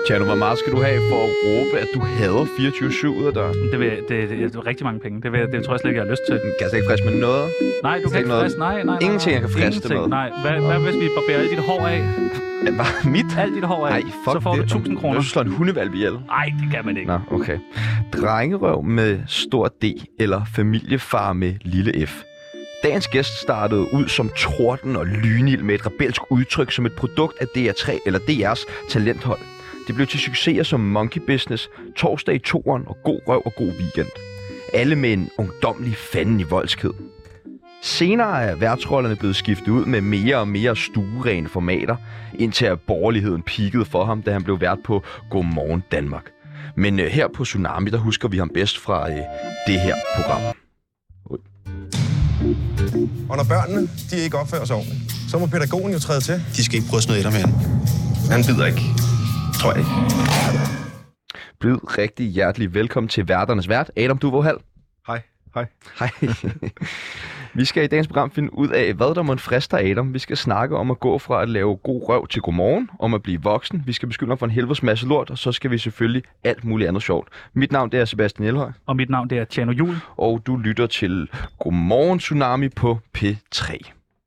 Tjerno, hvor meget skal du have for at råbe, at du hader 24/7 ud af døren? Det er rigtig mange penge. Det tror jeg slet ikke, jeg har lyst til. Kan jeg slet ikke friste med noget? Nej, du kan ikke friste. Nej. Ingenting, jeg kan friste med? Nej. Hvad hvis vi barberer alt dit hår af? Hvad? Mit? Alt dit hår af. Nej, fuck så får du 1000 kroner. Du slår en hundevalg ihjel. Nej, det kan man ikke. Nå, okay. Drengerøv med stor D eller familiefar med lille F. Dagens gæst startede ud som torden og lynild med et rebelsk udtryk som et produkt af DR3 eller DR's talenthold. Det blev til succeser som Monkey Business, Torsdag i Toren og God Røv og God Weekend. Alle med en ungdomlig fanden i voldsked. Senere er værtsrollerne blevet skiftet ud med mere og mere stuerene formater, indtil at borgerligheden peakede for ham, da han blev vært på Godmorgen Danmark. Men her på Tsunami, der husker vi ham bedst fra det her program. Og når børnene de ikke opfører sig ordentligt, så må pædagogen jo træde til. De skal ikke prøve at snøde dig med hende. Han bider ikke. Tror jeg ikke. Bliv rigtig hjertelig velkommen til værternes vært, Adam Duvå Hall. Hej. Hej. Vi skal i dagens program finde ud af, hvad der må frister Adam. Vi skal snakke om at gå fra at lave god røv til godmorgen, om at blive voksen. Vi skal beskylde ham for en helvedes masse lort, og så skal vi selvfølgelig alt muligt andet sjovt. Mit navn det er Sebastian Elhøj. Og mit navn det er Tjerno Juhl. Og du lytter til Godmorgen Tsunami på P3.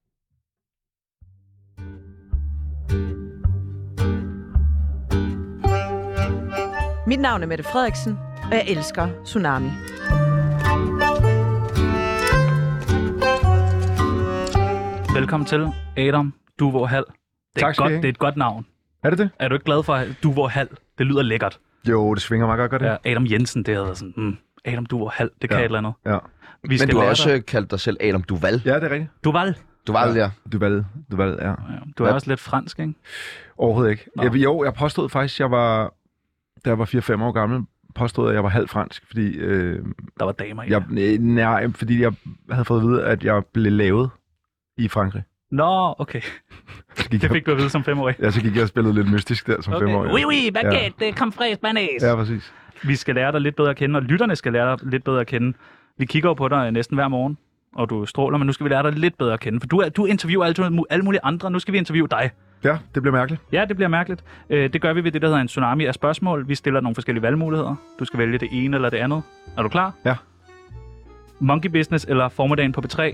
Mit navn er Mette Frederiksen, og jeg elsker Tsunami. Velkommen til, Adam Duvå Hall. Det er et godt navn. Er det det? Er du ikke glad for Duvå Hall? Det lyder lækkert. Jo, det svinger meget godt, det. Ja, Adam Jensen, det hedder sådan, Adam Duvå Hall, det kan et eller andet. Ja. Men du har også kaldt dig selv Adam Duval. Ja, det er rigtigt. Duval, ja. Duval, ja. Ja, du er også lidt fransk, ikke? Overhovedet ikke. Jeg påstod faktisk, da jeg var 4-5 år gammel, at jeg var halvt fransk, fordi... der var damer i Nej, fordi jeg havde fået at vide, at jeg blev lavet i Frankrig. Nå, okay. Det fik du at vide som 5-årig. Ja, så gik jeg og spillede lidt mystisk der som 5-årig. Oui, baguette, det kom fræs, mayonnaise. Ja, præcis. Vi skal lære dig lidt bedre at kende, og lytterne skal lære dig lidt bedre at kende. Vi kigger jo på dig næsten hver morgen, og du stråler, men nu skal vi lære dig lidt bedre at kende. For du interviewer alle mulige andre, nu skal vi interviewe dig. Ja, det bliver mærkeligt. Ja, det bliver mærkeligt. Det gør vi ved det, der hedder en tsunami af spørgsmål. Vi stiller nogle forskellige valgmuligheder. Du skal vælge det ene eller det andet. Er du klar? Ja. Monkey Business eller Formiddagen på P3?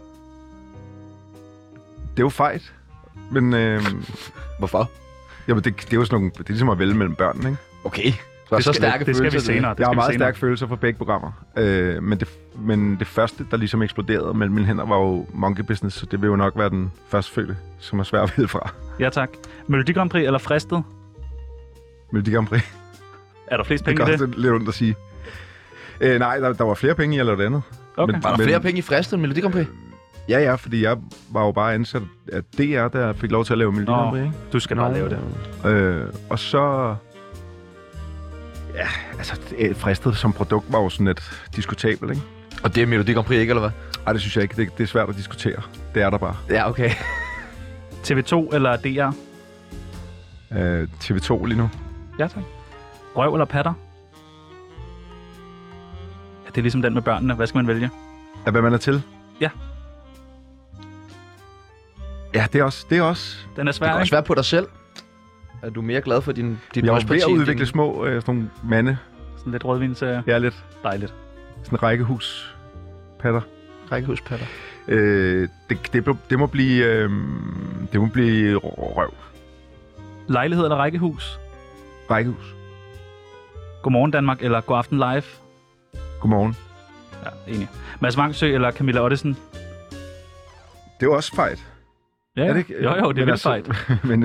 Det er jo fejt, men... Hvorfor? Jamen, det er jo sådan nogle... Det er ligesom at vælge mellem børn, ikke? Okay. Så stærke følelser. Det skal vi senere. Jeg har meget stærke følelser for begge programmer. Men det første, der ligesom eksploderede mellem mine hænder, var jo Monkey Business, så det vil jo nok være den første fødte, som er svær at vide fra. Ja, tak. Melodi Grand Prix eller Fristet? Melodi Grand Prix. Er der flest penge i det? Det er lidt ondt at sige. Nej, der var flere penge i, eller det andet. Okay. Var der flere penge i Fristet end Melodi Grand Prix? Ja, fordi jeg var jo bare ansat af DR, der fik lov til at lave Melodi Grand Prix, ikke? Du skal bare lave det. Og så... Ja, altså, Fristet som produkt var jo sådan lidt diskutabelt, ikke? Og det er Melodi Grand Prix ikke, eller hvad? Nej, det synes jeg ikke. Det er svært at diskutere. Det er der bare. Ja, okay. TV2 eller DR? TV2 lige nu. Ja, tak. Røv eller patter? Ja, det er ligesom den med børnene. Hvad skal man vælge? Ja, hvad man er til? Ja. Ja, det er også... Den er svær, det kan også være på dig selv. Er du mere glad for din jeg er ved at udvikle små sådan nogle mande. Sådan lidt rødvins... Ja, lidt. Dejligt. Sådan en rækkehuspatter. Rækkehuspatter. Det må blive... det må blive røv. Lejlighed eller rækkehus? Rækkehus. Godmorgen Danmark eller Godaften Live? Godmorgen. Ja, enig. Mads Vangsø eller Camilla Ottesen? Det er jo også fejt. Ja, er det ikke? Jo, det er vildt fejt. Men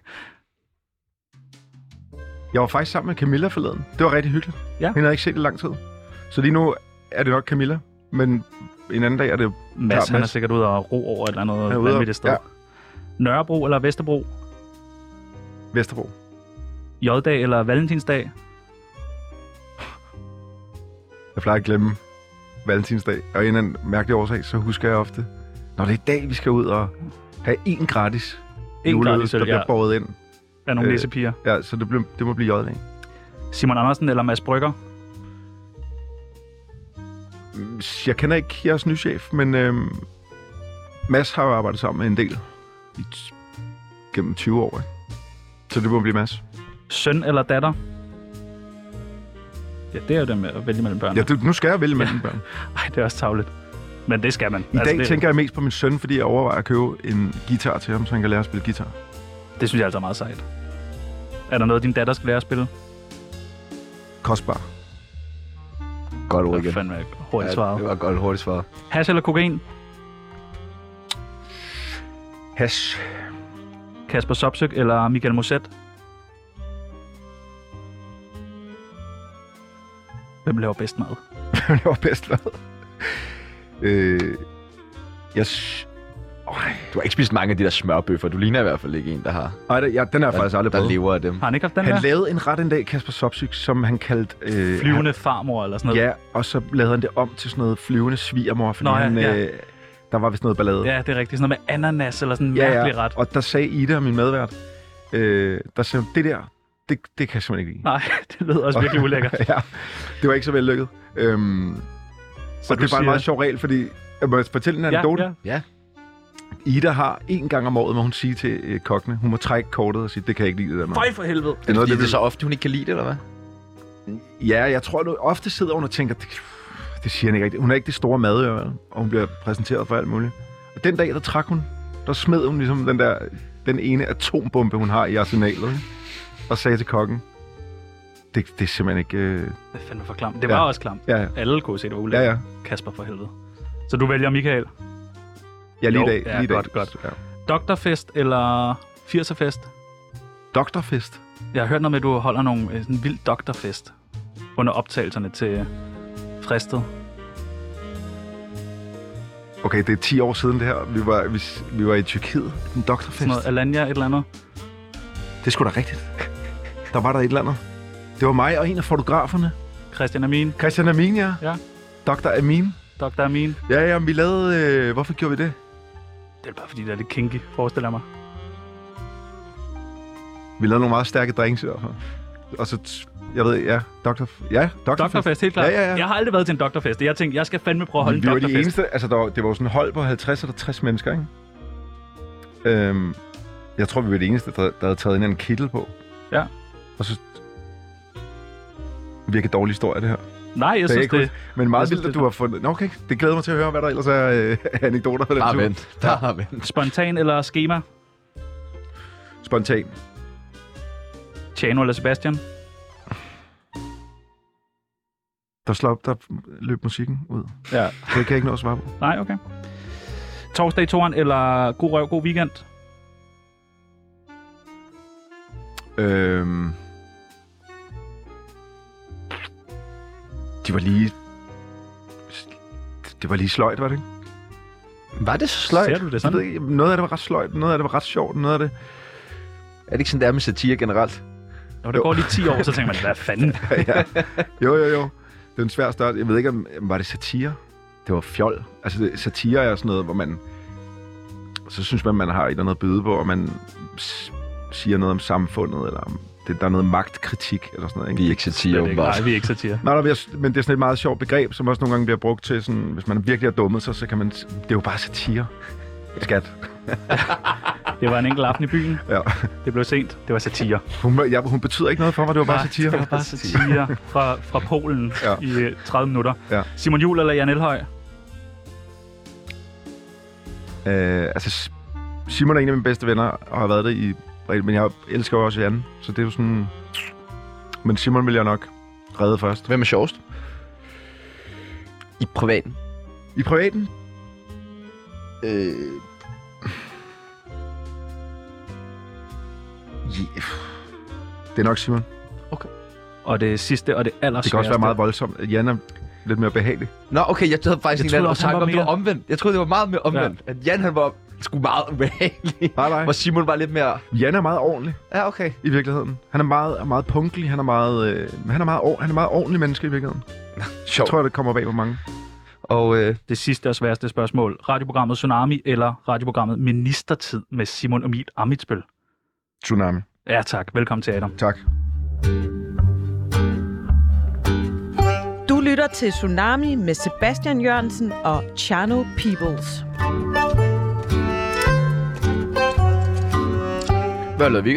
jeg var faktisk sammen med Camilla forleden. Det var rigtig hyggeligt. Ja. Hende havde ikke set i lang tid. Så lige nu er det nok Camilla, men en anden dag er det... Mads, han er sikkert ude og ro over et eller andet vanvittigt sted. Ja. Nørrebro eller Vesterbro? Vesterbro. J-dag eller Valentinsdag? Jeg plejer at glemme Valentinsdag. Og en eller anden mærkelig årsag, så husker jeg ofte, når det er i dag, vi skal ud og have en gratis juleøl, der bliver båret ind. Af nogle nissepiger. Ja, så det må blive J-dag. Simon Andersen eller Mads Brygger? Jeg kender ikke jeres nye chef, men Mads har jo arbejdet sammen med en del gennem 20 år. Så det må blive Mads. Søn eller datter? Ja, det er jo det med at vælge mellem børn. Ja, nu skal jeg vælge mellem børn. Ej, det er også tarveligt. Men det skal man. I dag det, tænker jeg mest på min søn, fordi jeg overvejer at købe en guitar til ham, så han kan lære at spille guitar. Det synes jeg altså er meget sejt. Er der noget, din datter skal lære at spille? Kostbar. Godt ord Det igen. var fandme hurtigt svaret. Det var godt hurtigt svaret. Hash eller kokain? Hash. Kasper Sopsyk eller Michael Moset? Hvem laver bedst mad? Det var bedst hvad? Du har ikke spist mange af de der smørbøffer. Du ligner i hvert fald ikke en, der har. Nej, den har jeg faktisk aldrig der prøvet. lever af dem. Har han ikke haft den Han der? lavede en ret en dag, Kasper Sopsyk, som han kaldte... Flyvende farmor eller sådan noget? Ja, og så lavede han det om til sådan noget flyvende svigermor, fordi der var vist noget ballade. Ja, det er rigtigt. Sådan noget med ananas eller sådan en Ja, mærkelig ret. Og der sagde Ida, min medvært, der sagde hun, det der, det kan jeg simpelthen ikke lide. Nej, det lyder også virkelig ulækkert. Ja, det var ikke så vellykket. Så det er bare en meget sjov regel, fordi... Jeg må fortælle en anekdote. Ja. Ida har en gang om året, må hun sige til kokkene, hun må trække kortet og sige, det kan jeg ikke lide det der. Føj for helvede. Det er noget, det er så ofte, hun ikke kan lide det, eller hvad? Ja, jeg tror, at ofte sidder hun og tænker, det siger han ikke rigtigt. Hun er ikke det store madøre, og hun bliver præsenteret for alt muligt. Og den dag, der trak hun, der smed hun ligesom den ene atombombe, hun har i arsenalet, ikke? Og sagde til kokken, det er simpelthen ikke... Det er fandme for klamt. Det var også klamt. Ja. Alle kunne se, det var ulækkert. Ja. Kasper for helvede. Så du vælger Michael? Ja, lige Jo, i dag. ja, lige i dag. godt. Ja. Doktorfest eller 80'erfest? Doktorfest. Jeg har hørt noget med, at du holder sådan en vild doktorfest under optagelserne til Fristed. Okay, det er 10 år siden det her. Vi var i Tyrkiet. En doktorfest. Sådan noget Alanya, et eller andet. Det er sgu da rigtigt. Der var der et eller andet. Det var mig og en af fotograferne. Christian Amin. Christian Amin, ja. Ja. Dr. Amin. Dr. Amin. Ja, vi lavede... hvorfor gjorde vi det? Det er bare fordi, det er lidt kinky, forestiller jeg mig. Vi lavede nogle meget stærke drinks i hvert fald. Og så... Jeg ved, ja, Doktorfest, helt klart. Ja. Jeg har aldrig været til en doktorfest. Jeg tænkte, jeg skal fandme prøve at holde en Vi var doktorfest. de eneste... Altså, det var sådan et hold på 50 eller 60 mennesker, ikke? Jeg tror, vi var de eneste, der havde taget en kittel på. Ja. Og så... Virkelig dårlig historie, det her. Nej, jeg synes det... Men meget jeg synes, vildt, at du har fundet... Nå, okay, det glæder mig til at høre, hvad der ellers er anekdoter på den tur. Bare vent. Spontan eller schema? Spontan. Tjano eller Sebastian? Der løb musikken ud. Ja. Det kan jeg ikke nå at svare på. Nej, okay. Torsdag i toren eller god røv, god weekend? Det var lige sløjt, var det ikke? Var det så sløjt? Ser du det Jeg sådan? ved ikke, noget af det var ret sløjt, noget af det var ret sjovt, noget af det... Er det ikke sådan, det er med satire generelt? Når det går lige 10 år, så tænker man, hvad fanden? Ja. Jo. Det er en svær start. Jeg ved ikke, om var det satire? Det var fjol. Altså, satire er sådan noget, hvor man... Så synes man har et eller andet at byde på, og man siger noget om samfundet, eller om der er noget magtkritik, eller sådan noget. Ikke? Vi er ikke satire, åbenbart. Nej, vi er ikke satire. Nej, men det er sådan et meget sjovt begreb, som også nogle gange bliver brugt til sådan... Hvis man virkelig er dummet, så kan man... Det er jo bare satire. Skat. Det var en enkelt aften i byen. Ja. Det blev sent. Det var satire. Hun betyder ikke noget for mig, det var bare satire. Det var bare satire fra Polen i 30 minutter. Ja. Simon Juhl eller Jan Elhøj? Altså, Simon er en af mine bedste venner, og har været det i... Men jeg elsker jo også Jan, så det er jo sådan... Men Simon vil jeg nok redde først. Hvem er sjovest? I privaten? I privaten? Det er nok Simon. Okay. Og det sidste og det allersværeste. Det kan også være meget voldsomt. Jan er lidt mere behagelig. Nå, okay, jeg havde faktisk troede ikke også, han tanke var om, det var mere- omvendt. Jeg troede, det var meget mere omvendt. Ja. At Jan, han var sgu meget ubehagelig. Nej. Hvor Simon var lidt mere... Jan er meget ordentlig Ja, okay. i virkeligheden. Han er meget punktlig. Han er meget ordentlig menneske i virkeligheden. Jeg Sjovt. tror, det kommer bag på mange. Og Det sidste og sværeste spørgsmål. Radioprogrammet Tsunami eller radioprogrammet Ministertid med Simon Emil Ammitzbøll? Tsunami. Ja, tak. Velkommen til Adam. Tak. Du lytter til Tsunami med Sebastian Jørgensen og Chano Peoples. hvad har du lavet i weekenden?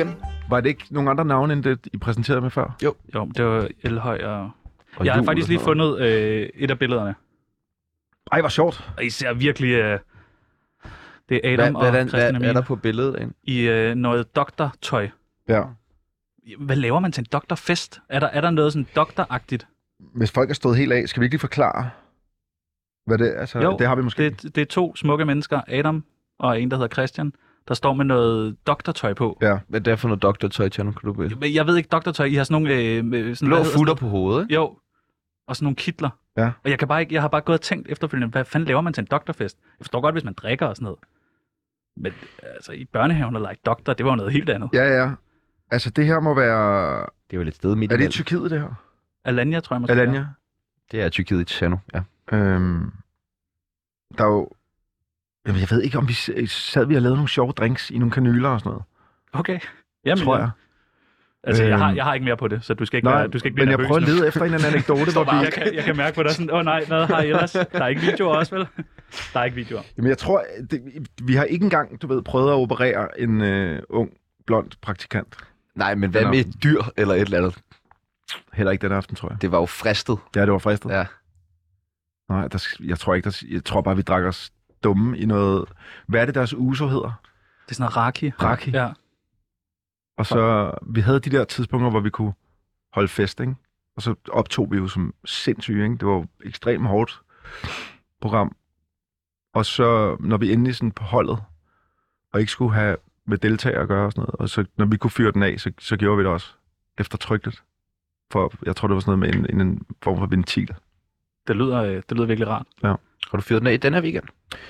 Var det ikke nogen andre navne, end det, I præsenterede med før? Jo, det var Elhøj og jeg har Juhl faktisk og lige sådan noget. fundet et af billederne. Ej, hvor sjovt. Og I ser virkelig... det er Adam og Hvad Christian er der på billedet? Ind? i noget doktortøj. Ja. Hvad laver man til en doktorfest? Er der noget sådan doktoragtigt? Hvis folk er stået helt af, skal vi ikke lige forklare, hvad det er? Altså, Jo, det har vi måske. Det er 2 smukke mennesker, Adam og en, der hedder Christian, der står med noget doktortøj på. Ja. Hvad er det for noget doktortøj, Tjerno? Kan du Jeg ved ikke doktortøj. I har sådan nogle... blå futter på hovedet, ikke? Jo, og sådan nogle kitler. Ja. Og jeg har bare gået og tænkt efterfølgende, hvad fanden laver man til en doktorfest? Jeg forstår godt, hvis man drikker og sådan noget. Men altså, i børnehaven og lege doktor, det var jo noget helt andet. Ja. Altså, det her må være... Det er jo lidt sted midt Er det i imellem. Tyrkiet, det her? Alanya, tror jeg måske. Alanya? Det er Tyrkiet i Tjerno, ja. Der er jo... Jamen, jeg ved ikke, om vi sad vi og lavede nogle sjove drinks i nogle kanyler og sådan noget. Okay. Jamen, Tror jeg. Altså, jeg har ikke mere på det, så du skal ikke, du skal ikke blive men jeg nervøs prøver at nu. lede efter en eller anden anekdote, hvor vi... Jeg kan mærke på dig sådan, nej, hvad har I ellers? Der er ikke videoer også, vel? Der er ikke videoer. Jamen, jeg tror, vi har ikke engang, prøvet at operere en ung, blond praktikant. Nej, men hvad med et dyr eller et eller andet? Heller ikke den aften, tror jeg. Det var jo fristet. Ja, det var fristet. Ja. Nej, jeg tror bare, vi drak os dumme i noget... Hvad er det, deres uso hedder? Det er sådan noget raki. Raki. Ja. Og så, vi havde de der tidspunkter, hvor vi kunne holde fest, ikke? Og så optog vi jo som sindssyge, ikke? Det var jo ekstremt hårdt program. Og så, når vi endelig sådan på holdet, og ikke skulle have med deltagere at gøre og sådan noget, og så når vi kunne fyre den af, så gjorde vi det også eftertrykkeligt. For jeg tror, det var sådan noget med en form for ventil. Det lyder virkelig rart. Har du fyret den af i den her weekend?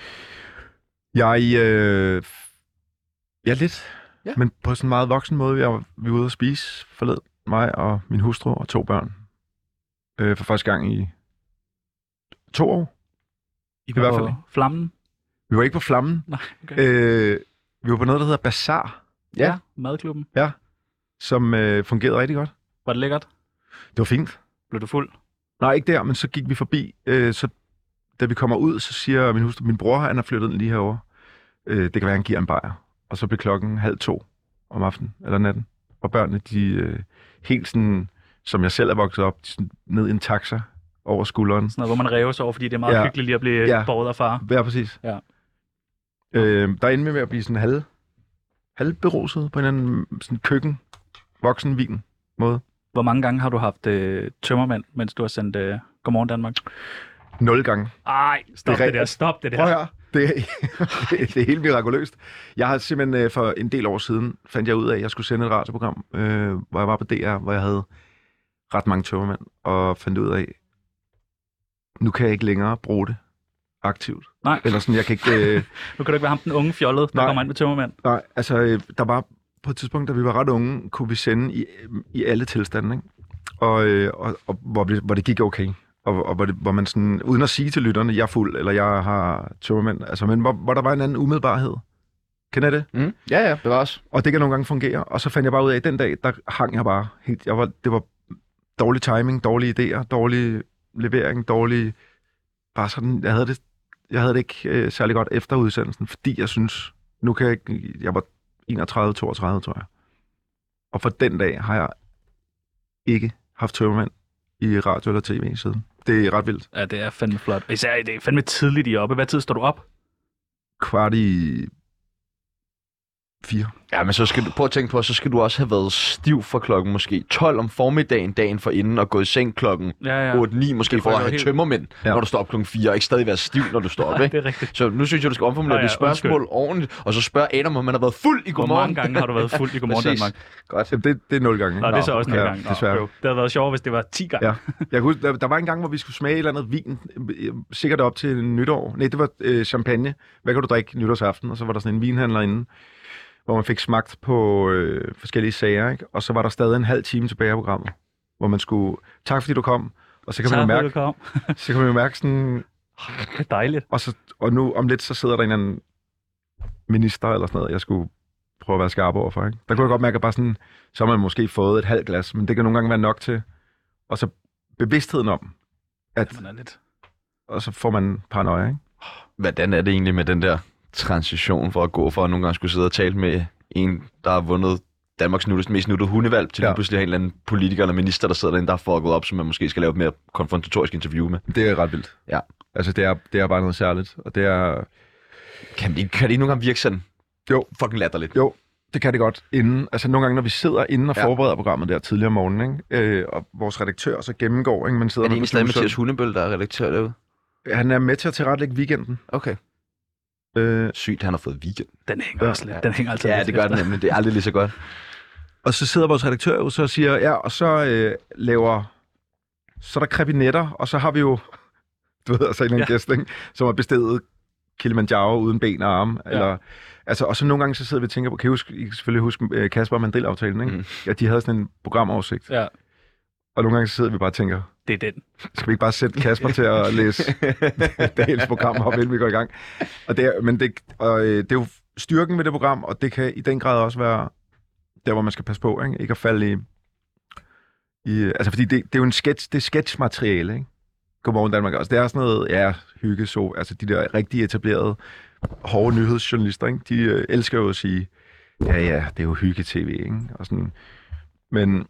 Ja, lidt. Ja. Men på sådan en meget voksen måde. Vi var ude at spise forleden. Mig og min hustru og 2 børn. For første gang i 2 år. I hvert fald på ikke. Flammen? Vi var ikke på Flammen. Nej, okay. Vi var på noget, der hedder Bazaar, Ja, madklubben. som fungerede rigtig godt. Var det lækkert? Det var fint. Blev du fuld? Nej, ikke der, men så gik vi forbi. Så da vi kommer ud, så siger min hustru, min bror, han er flyttet ind lige herover. Det kan være, han giver en bajer. Og så blev klokken 1:30 om aftenen eller natten. Og børnene, de helt sådan, som jeg selv er vokset op, sådan, ned i en taxa over skulderen. Sådan noget, hvor man ræver sig over, fordi det er meget hyggeligt lige at blive båret af far. Ja, præcis. Ja. Der endte med at blive sådan halvberuset på en eller anden sådan køkken, voksenvin måde. Hvor mange gange har du haft tømmermænd, mens du har sendt Godmorgen Danmark? 0 gange. Ej, stop det der, stop det der. Prøv at høre. Det er helt mirakuløst. Jeg har simpelthen for en del år siden, fandt jeg ud af, at jeg skulle sende et radioprogram, hvor jeg var på DR, hvor jeg havde ret mange tømmermænd, og fandt ud af, nu kan jeg ikke længere bruge det aktivt. Nej. Eller sådan, jeg kan ikke... Nu kan du ikke være ham den unge fjollede, der kommer ind med tømmermænd. Nej, altså, der var på et tidspunkt, da vi var ret unge, kunne vi sende i alle tilstande, ikke? Og hvor det gik okay. Og hvor man sådan, uden at sige til lytterne, jeg er fuld, eller jeg har tømmermænd, altså, men hvor der var en anden umiddelbarhed. Kender I det? Mm. Ja, det var også. Og det kan nogle gange fungere. Og så fandt jeg bare ud af, at den dag, der hang jeg bare helt... Det var dårlig timing, dårlige idéer, dårlig levering, dårlig... Bare sådan, jeg havde det ikke særlig godt efter udsendelsen, fordi jeg synes, nu kan jeg ikke... Jeg var 31-32, tror jeg. Og for den dag har jeg ikke haft tømmermænd i radio eller tv siden. Det er ret vildt. Ja, det er fandme flot. Især det er fandme tidligt I er oppe. Hvad tid står du op? 3:15. Ja, men så skal du prøve at tænke på, så skal du også have været stiv fra klokken måske 12 om formiddagen, dagen for inden, og gået i seng klokken 8-9 måske for at have tømmermænd, når du står op klokken 4, og ikke stadig være stiv, når du står op, ikke? Det er rigtigt. Så nu synes jeg, du skal omformulere dit spørgsmål ordentligt, og så spørge Adam, om man har været fuld i Hvor Godmorgen. mange gange har du været fuld i Godmorgen Danmark? Godt. Det er 0 gange. Nå, det er så også 0 gange. Desværre. Det havde været sjovt, hvis det var 10 gange. Ja. Jeg kan huske, der var en gang, hvor vi skulle smage et eller andet vin, sikkert op til nytår. Nej, det var champagne. Hvad kan du drikke nytårsaften? Og så var der sådan en vinhandler inde, hvor man fik smagt på forskellige sager, ikke? Og så var der stadig en halv time tilbage af programmet, hvor man skulle, tak fordi du kom, og så kan man jo mærke sådan... Det er dejligt. Og nu om lidt, så sidder der en eller anden minister eller sådan noget, jeg skulle prøve at være skarp overfor, ikke? Der kunne jeg godt mærke, at bare sådan, så har man måske fået et halvt glas, men det kan nogle gange være nok til. Og så bevidstheden om, at... Og så får man paranoia, ikke? Hvordan er det egentlig med den der transition for at gå fra at nogle gange skulle sidde og tale med en, der har vundet Danmarks mest nuttede hundevalg til lige pludselig at have en eller anden politiker eller minister, der sidder derinde, der har fucket op, som man måske skal lave et mere konfrontatorisk interview med. Det er ret vildt. Ja. Altså, det er bare noget særligt, og det er... Kan det ikke nogle gange virke sådan? Jo. Fucking latterligt. Jo, det kan det godt. Altså, nogle gange, når vi sidder inde og forbereder programmet der tidligere om morgenen, ikke? Og vores redaktør så gennemgår, ikke? Man sidder er det egentlig stadig Mathias Hundebøl, der er redaktør derude? Han er med til at tilrettelægge weekenden. Okay. Sygt, han har fået weekend. Den hænger også lidt. Den hænger altid lidt. Det gør den nemlig. Det er aldrig lige så godt. Og så sidder vores redaktør jo så og siger, ja, og så så er der krebinetter, og så har vi jo, du ved, altså en gæst, ikke? Som har bestedet Kilimanjaro uden ben og arme. Ja. Eller, altså, og så nogle gange så sidder vi og tænker på, kan I selvfølgelig huske Kasper og Mandel-aftalen, ikke? Ja, de havde sådan en programoversigt. Ja. Og nogle gange så sidder vi bare og tænker, det er den. Skal vi ikke bare sætte Kasper til at læse dagens program op, inden vi går i gang? Og det er jo styrken ved det program, og det kan i den grad også være der, hvor man skal passe på, ikke at falde i altså fordi det er jo det er sketchmateriale, ikke? Godmorgen Danmark også. Det er sådan noget, hygge, så, altså de der rigtig etablerede, hårde nyhedsjournalister, ikke? De elsker jo at sige, ja, det er jo hygge-tv, ikke? Og sådan, men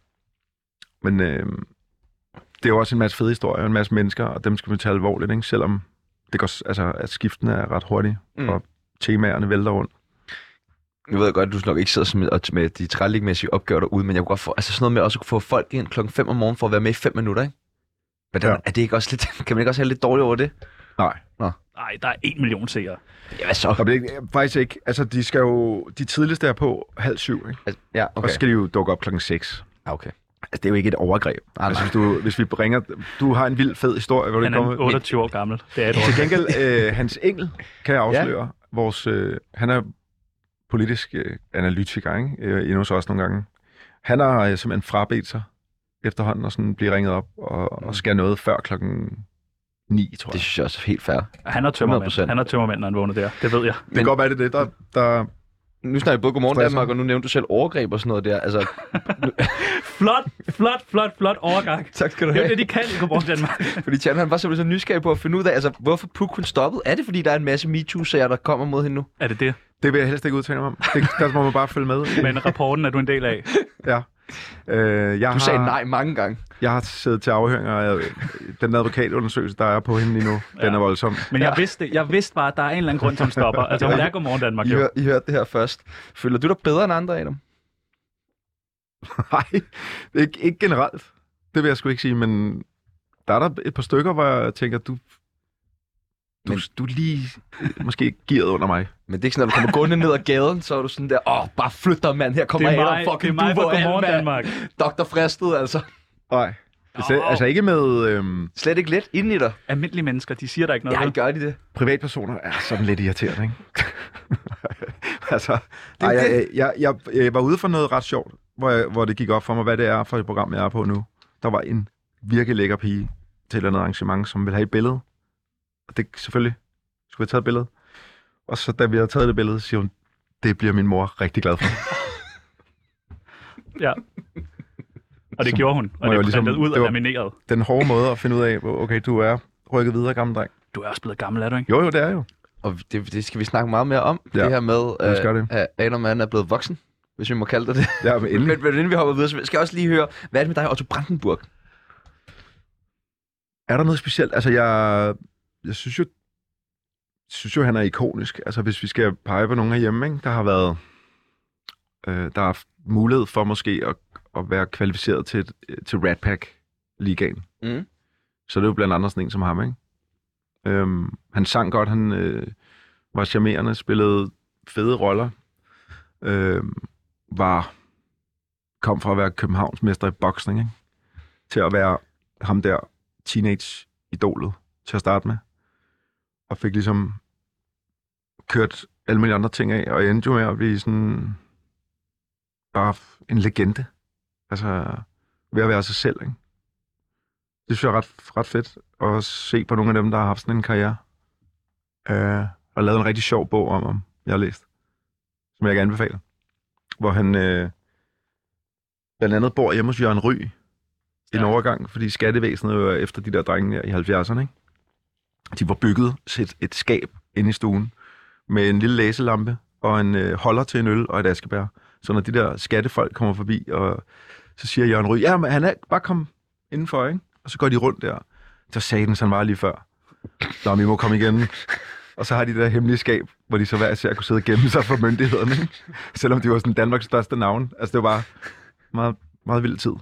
det er jo også en masse fede historier, en masse mennesker, og dem skal vi tage alvorligt, ikke? Selvom det går, altså, at skiftene er ret hurtige, og temaerne vælter rundt. Jeg ved godt, at du nok ikke sidder med de trælægmæssige opgaver derude, men jeg kunne godt få, altså sådan noget med også at få folk ind klokken 5 om morgenen for at være med i 5 minutter, ikke? Men er det ikke også lidt, kan man ikke også have lidt dårligt over det? Nej. Nej, der er 1 million seere. Ja, hvad så? Det er faktisk ikke. Altså, de tidligste er på 6:30, ikke? Altså, ja, okay. Og så skal de jo dukke op klokken 6. Okay. Altså, det er jo ikke et overgreb. Altså, hvis vi bringer... Du har en vild fed historie. Hvor han er 28 år gammel. Det er et til gengæld, Hans Engel kan jeg afsløre. Han er politisk analytiker, ikke? Endnu så også nogle gange. Han har simpelthen frabedt sig efterhånden og sådan blive ringet op og skal noget før klokken 9, tror jeg. Det synes jeg også er helt fair. Han er tømmermænd, når han vågner der. Det ved jeg. Det kan godt være, det der... Nu snakker vi både Godmorgen Danmark, og nu nævnte du selv overgreb og sådan noget der. Altså... flot overgang. Tak skal du have. Det er det, de kan i Godmorgen Danmark. Fordi Tjern, han var simpelthen så nysgerrig på at finde ud af, altså, hvorfor Puk hun stoppede. Er det, fordi der er en masse MeToo-sager, der kommer mod hende nu? Er det det? Det vil jeg helst ikke udtale mig om. Der må man bare følge med. Men rapporten er du en del af? Ja. Du sagde nej mange gange. Jeg har siddet til afhøringer af den advokatundersøgelse, der er på hende lige nu. Den er voldsom. Men jeg vidste bare, at der er en eller anden grund til, at hun stopper. Altså, hun er Godmorgen Danmark. I hørte det her først. Føler du dig bedre end andre, Adam? Nej, ikke generelt. Det vil jeg sgu ikke sige, men der er et par stykker, hvor jeg tænker, du er lige måske gearet under mig. Men det er ikke sådan, når du kommer gående ned ad gaden, så er du sådan der, bare flyt dig, mand, her kommer Adam, fucking du, hvor Godmorgen Danmark. Dr. Fristed, altså. Nej. Altså ikke med... Slet ikke lidt inden i dig. Almindelige mennesker, de siger der ikke noget. Ja, gør de det. Privatpersoner er sådan lidt irriterende, ikke? Altså, jeg var ude for noget ret sjovt, hvor det gik op for mig, hvad det er for et program, jeg er på nu. Der var en virkelig lækker pige til et arrangement, som ville have et billede. Og det selvfølgelig skulle jeg tage et billede. Og så da vi havde taget det billede, siger hun, det bliver min mor rigtig glad for. Ja. Og det gjorde hun, og det blev printet ud og lamineret. Den hårde måde at finde ud af, okay, du er rykket videre, gammel dreng. Du er også blevet gammel, er du ikke? Jo, det er jo. Og det skal vi snakke meget mere om. Ja, det her med, at Adam er blevet voksen, hvis vi må kalde det. Ja, men endelig. Men inden vi hopper videre, så skal jeg også lige høre, hvad er det med dig, Otto Brandenburg? Er der noget specielt? Altså, jeg synes jo, han er ikonisk. Altså, hvis vi skal pege på nogen herhjemme, ikke? Der har været... der er mulighed for måske at være kvalificeret til Rat Pack-ligaen. Mm. Så det er jo blandt andet sådan en som ham, ikke? Han sang godt, han var charmerende, spillede fede roller, kom fra at være Københavns mester i boksning, ikke? Til at være ham der teenage-idolet til at starte med. Og fik ligesom kørt alle mulige andre ting af, og endte jo med at blive sådan bare en legende. Altså ved at være sig selv, ikke? Det synes jeg er ret fedt at se på nogle af dem, der har haft sådan en karriere. Og lavet en rigtig sjov bog om jeg har læst, som jeg kan anbefale. Hvor han blandt andet bor hjemme hos Jørgen Ryg en overgang, fordi skattevæsenet var efter de der drenge der i 70'erne, ikke? De var bygget et skab inde i stuen med en lille læselampe og en holder til en øl og et askebær. Så når de der skattefolk kommer forbi, og så siger Jørgen Ryg, ja, men han er bare kom indenfor, ikke? Og så går de rundt der. Så sagde den sådan bare lige før. Nå, vi må komme igen. Og så har de det der hemmelige skab, hvor de så hver især kunne sidde og gemme sig for myndighederne, ikke? Selvom de var sådan Danmarks største navn. Altså, det var bare meget, meget vild tid.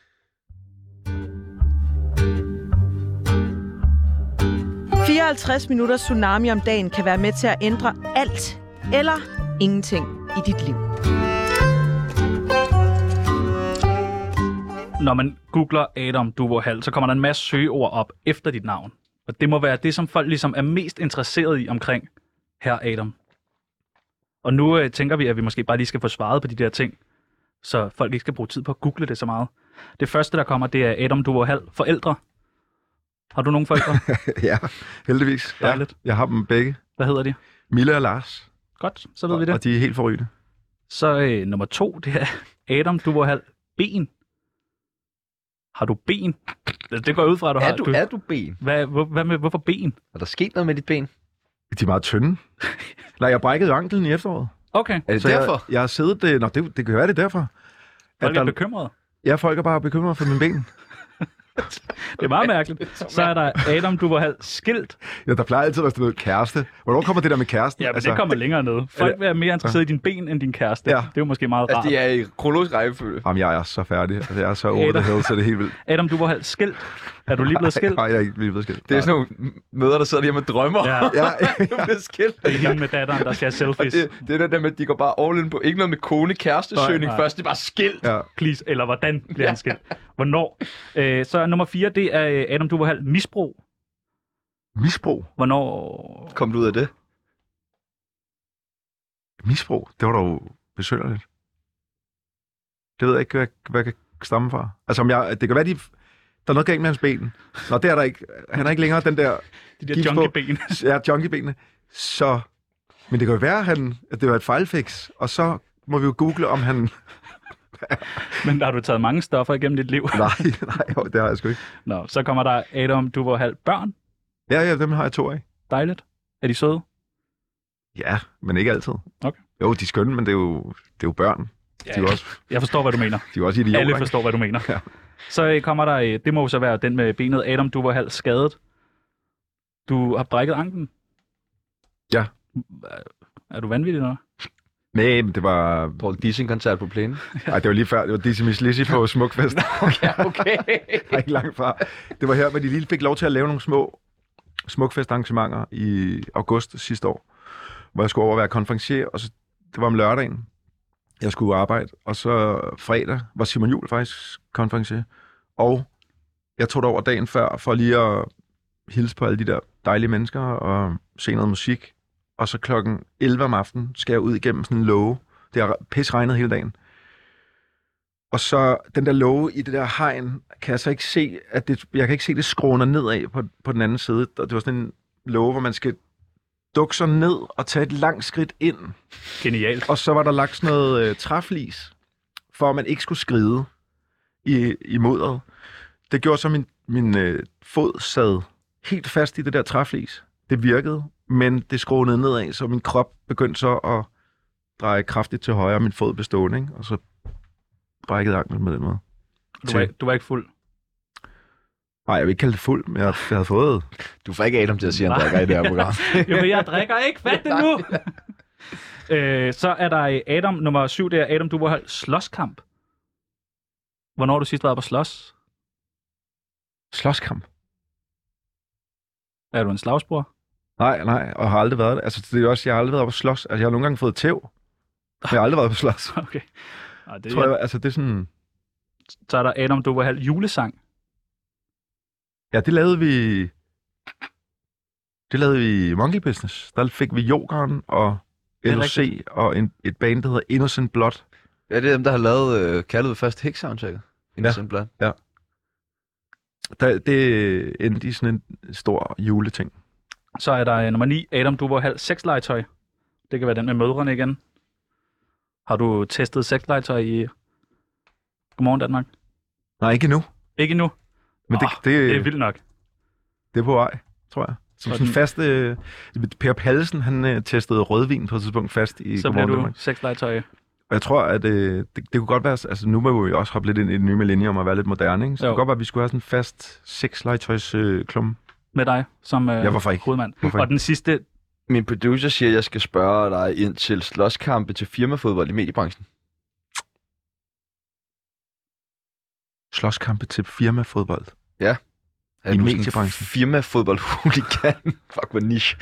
– 54 minutter tsunami om dagen kan være med til at ændre alt eller ingenting i dit liv. Når man googler Adam Duvå Hall, så kommer der en masse søgeord op efter dit navn. Og det må være det, som folk ligesom er mest interesseret i omkring her Adam. Og nu tænker vi, at vi måske bare lige skal få svaret på de der ting, så folk ikke skal bruge tid på at google det så meget. Det første, der kommer, det er Adam Duvå Hall. Forældre. Har du nogen forældre? Ja, heldigvis. Ja, jeg har dem begge. Hvad hedder de? Mille og Lars. Godt, så ved vi det. Og de er helt forrygende. Så nummer 2, det er Adam Duvå Hall. Ben. Har du ben? Det går jeg ud fra, at du har. Er du ben? Hvorfor ben? Er der sket noget med dit ben? De er meget tynde. Nej, jeg brækkede anklen i efteråret. Okay. Er det så derfor? Jeg har siddet... Nå, det kan være det derfor. Folk er bekymrede. Ja, folk er bare bekymret for mine ben. Det er meget mærkeligt. Så er der Adam Duvå Hall skilt. Ja, der plejer altid at være sådan noget kæreste. Hvornår kommer det der med kæresten? Ja, men det kommer længere ned. Folk vil være mere interesseret i dine ben end din kæreste. Ja. Det er jo måske meget rart. Altså, det er i kronologisk rækkefølge. Jamen, jeg er så færdig. Altså, jeg er så over det hele, så det er helt vildt. Adam Duvå Hall skilt. Er du lige blevet skilt? Nej, jeg er ikke lige blevet skilt. Det er sådan nogle mødre, der sidder hjemme og drømmer. Ja. Du bliver skilt. Det er hende med datteren, der skal have selfies. Det er det der med, at de går bare all in på. Ikke noget med kone-kærestesøgning først. Det er bare skilt. Ja. Please. Eller hvordan bliver han skilt? Hvornår? Så nummer 4, det er Adam Duvå Hall. Misbrug. Misbrug? Hvornår kom du ud af det? Misbrug? Det var da jo besynderligt. Det ved jeg ikke, hvad jeg kan stamme fra. Altså, det kan være, der er noget galt med hans ben. Nå, det er der ikke. Han er ikke længere den der... De der junkieben. Ja, junkiebenene. Så... Men det kan jo være, at det var et fejlfix, og så må vi jo google, om han... Men har du taget mange stoffer igennem dit liv? Nej, det har jeg sgu ikke. Nå, så kommer der Adam Duvå Hall. Børn? Ja, dem har jeg 2 af. Dejligt. Er de søde? Ja, men ikke altid. Okay. Jo, de er skønne, men det er jo børn. Ja, de er også, jeg forstår, hvad du mener. De er også idioter. Alle forstår, hvad du mener. Ja. Så kommer der, det må jo så være den med benet, Adam Duvå Hall skadet. Du har brækket anklen? Ja. Er du vanvittig noget? Nej, men det var... Paul Dissing-koncert på plænen? Nej, det var lige før. Det var Dizzy Miss Lizzy på Smukfest. Okay. Nej, ikke langt fra. Det var her, hvor de lige fik lov til at lave nogle små Smukfest-arrangementer i august sidste år, hvor jeg skulle over være konferencier, og så, det var om lørdagen, jeg skulle arbejde, og så fredag var Simon Juhl faktisk konferencier, og jeg tog det over dagen før, for lige at hilse på alle de der dejlige mennesker, og se noget musik, og så klokken 11 om aftenen skal jeg ud igennem sådan en låge. Det har pisregnet hele dagen. Og så den der låge i det der hegn, kan jeg så ikke se, jeg kan ikke se det skråner nedad på den anden side. Og det var sådan en låge, hvor man skal dukke sig ned og tage et langt skridt ind. Genialt. Og så var der lagt sådan noget træflis, for at man ikke skulle skride i mudderet. Det gjorde så, min fod sad helt fast i det der træflis. Det virkede, men det skrånede nedad, så min krop begyndte så at dreje kraftigt til højre, og min fod blev stående, ikke? Og så brækkede anklen med den måde. Du var ikke fuld? Nej, jeg vil ikke kalde det fuld, men jeg havde fået... Du får ikke Adam til at sige, at han drikker i det her program. Jamen, jeg drikker ikke. Fat det nu! Så er der Adam, nummer 7, det er Adam Duvå Hall. Slåskamp. Hvornår har du sidst været på slås? Slåskamp? Er du en slagsbror? Nej, og har aldrig været det. Altså, det er også, jeg har aldrig været på slås. Altså, jeg har nogle gange fået tæv, men jeg har aldrig været på slås. Okay. Ej, det, tror jeg, altså, det er sådan... Så er der Adam Duvå Hall julesang. Ja, det lavede vi i Monkey Business. Der fik vi Jokeren og LOC og et band, der hedder Innocent Blood. Ja, det er dem, der har lavet Kaldet ved først Hik-soundtracket. Innocent Blood. Ja. Det endte i sådan en stor juleting. Så er der nummer 9, Adam Duvå Hall. Sexlegetøj. Det kan være den med mødrene igen. Har du testet sexlegetøj i Godmorgen Danmark? Nej, ikke endnu. Ikke endnu? Men det er vildt nok. Det er på vej, tror jeg. Som sådan faste... Per Pallesen, han testede rødvin på et tidspunkt fast i så Godmorgen bliver du Danmark. sexlegetøj Og jeg tror, at det kunne godt være... Altså, nu må vi jo også hoppe lidt ind i det nye millennium og være lidt moderne, ikke? Så det kunne godt være, at vi skulle have sådan en fast sexlegetøjsklumme. Med dig som hvorfor ikke? hovedmand. Hvorfor Og den sidste... Min producer siger, at jeg skal spørge dig ind til slåskampe til firmafodbold i mediebranchen. Slåskampe til firmafodbold? Ja. I mediebranchen? Firmafodbold-hooligan. Fuck, hvor niche.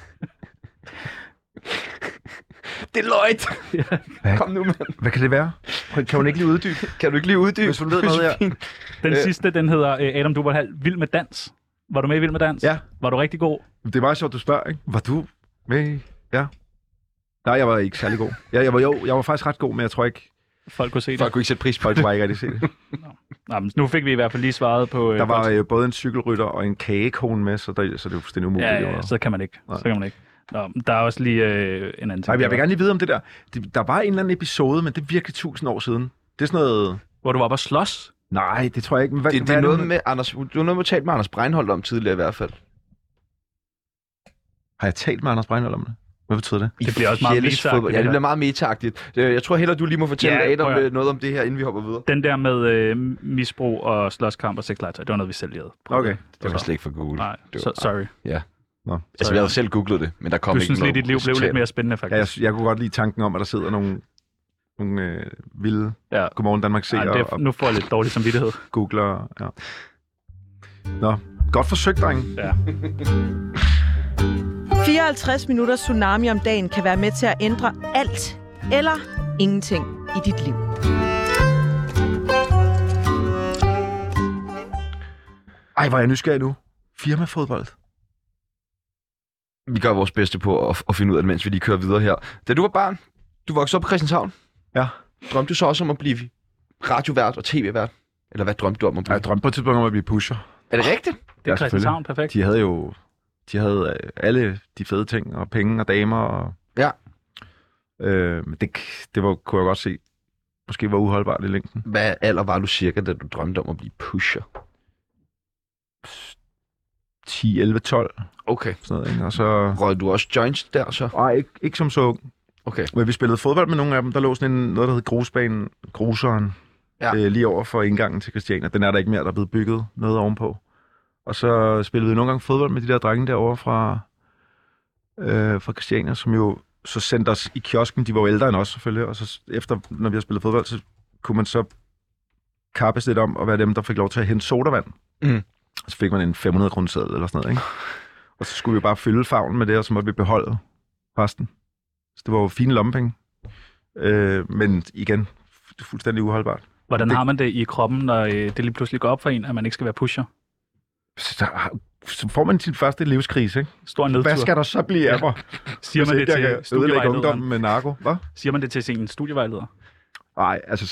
Det er løjt. Kom nu, mand. Hvad kan det være? Kan hun ikke lige uddybe? Kan du ikke lige uddybe? Hvis du ved noget her. Den sidste, den hedder Adam, du var halv Vild med dans. Var du med i Vild med dans? Ja. Var du rigtig god? Det er meget sjovt, du spørger, ikke? Var du med i... Ja. Nej, jeg var ikke særlig god. Jeg var faktisk ret god, men jeg tror ikke... Folk kunne se det. Folk kunne ikke sætte pris på Folk det. kunne ikke rigtig se det. Nå, men nu fik vi i hvert fald lige svaret på... Der var både en cykelrytter og en kagekone med, så det er jo fuldstændig umuligt. Ja, så kan man ikke. Nej. Så kan man ikke. Nå, der er også lige en anden ting. Nej, jeg vil gerne lige vide om det der. Der var en eller anden episode, men det er virkelig 1000 år siden. Det er sådan noget... Hvor du var på slås? Nej, det tror jeg ikke. Men Det er noget med Anders... Du har noget med talt med Anders Breinholt om tidligere i hvert fald. Har jeg talt med Anders Breinholt om det? Hvad betyder det? Det bliver også meget Fjelles meta-agtigt, fodbold. Ja, det bliver meget meta-agtigt. Jeg tror hellere, du lige må fortælle Adam noget om det her, inden vi hopper videre. Den der med misbrug og slåskamp og sexlegetøj, det var noget, vi selv lige havde. Okay. Det var slet ikke for Google. Nej, Det var- sorry. Ja. Nå. Altså, vi havde selv googlet det, men der kom Du ikke synes lige, noget dit liv blev lidt mere spændende, Ja, faktisk. jeg kunne godt lide tanken om, at der sidder nogle vilde Ja. Godmorgen Danmark seere og Nu får jeg lidt dårlig samvittighed. googler. Ja. Nå, godt forsøgt, drenge. Ja. 54 minutter tsunami om dagen kan være med til at ændre alt eller ingenting i dit liv. Ej, hvor er jeg nysgerrig nu. Firmafodbold. Vi gør vores bedste på at finde ud af det, mens vi lige kører videre her. Da du var barn, du voksede op på Christianshavn. Ja. Drømte du så også om at blive radiovært og tv-vært? Eller hvad drømte du om at blive? Jeg drømte på et tidspunkt om at blive pusher. Er det rigtigt? Det er Ja, Christianshavn, perfekt. De havde alle de fede ting, og penge og damer. Og, Ja. Men kunne jeg godt se, måske var uholdbart i længden. Hvad alder var du cirka, da du drømte om at blive pusher? 10, 11, 12, Okay. sådan noget, ikke? Og så... Røg du også joints der så? Nej, ikke som så ung. Okay. Men vi spillede fodbold med nogle af dem. Der lå sådan noget, der hed Grusbanen, Gruseren, lige over for indgangen til Christiania. Den er der ikke mere, der er blevet bygget noget ovenpå. Og så spillede vi nogle gange fodbold med de der drenge derovre fra Christiania, som jo så sendte os i kiosken. De var jo ældre end os selvfølgelig, og så efter, når vi har spillet fodbold, så kunne man så kappes lidt om at være dem, der fik lov til at hente sodavand. Mm. Og så fik man en 500 kroneseddel eller sådan noget, ikke? Og så skulle vi bare fylde favnen med det, og så måtte vi beholde resten. Så det var jo fine lommepenge. Men igen, fuldstændig uholdbart. Hvordan har man det i kroppen, når det lige pludselig går op for en, at man ikke skal være pusher? Så får man sin første livskrise, ikke? Stor nedtur. Hvad skal der så blive af mig? Siger man det til ødelægge studievejlederen? ungdommen med narko? Hvad? Siger man det til sin studievejleder? Nej, altså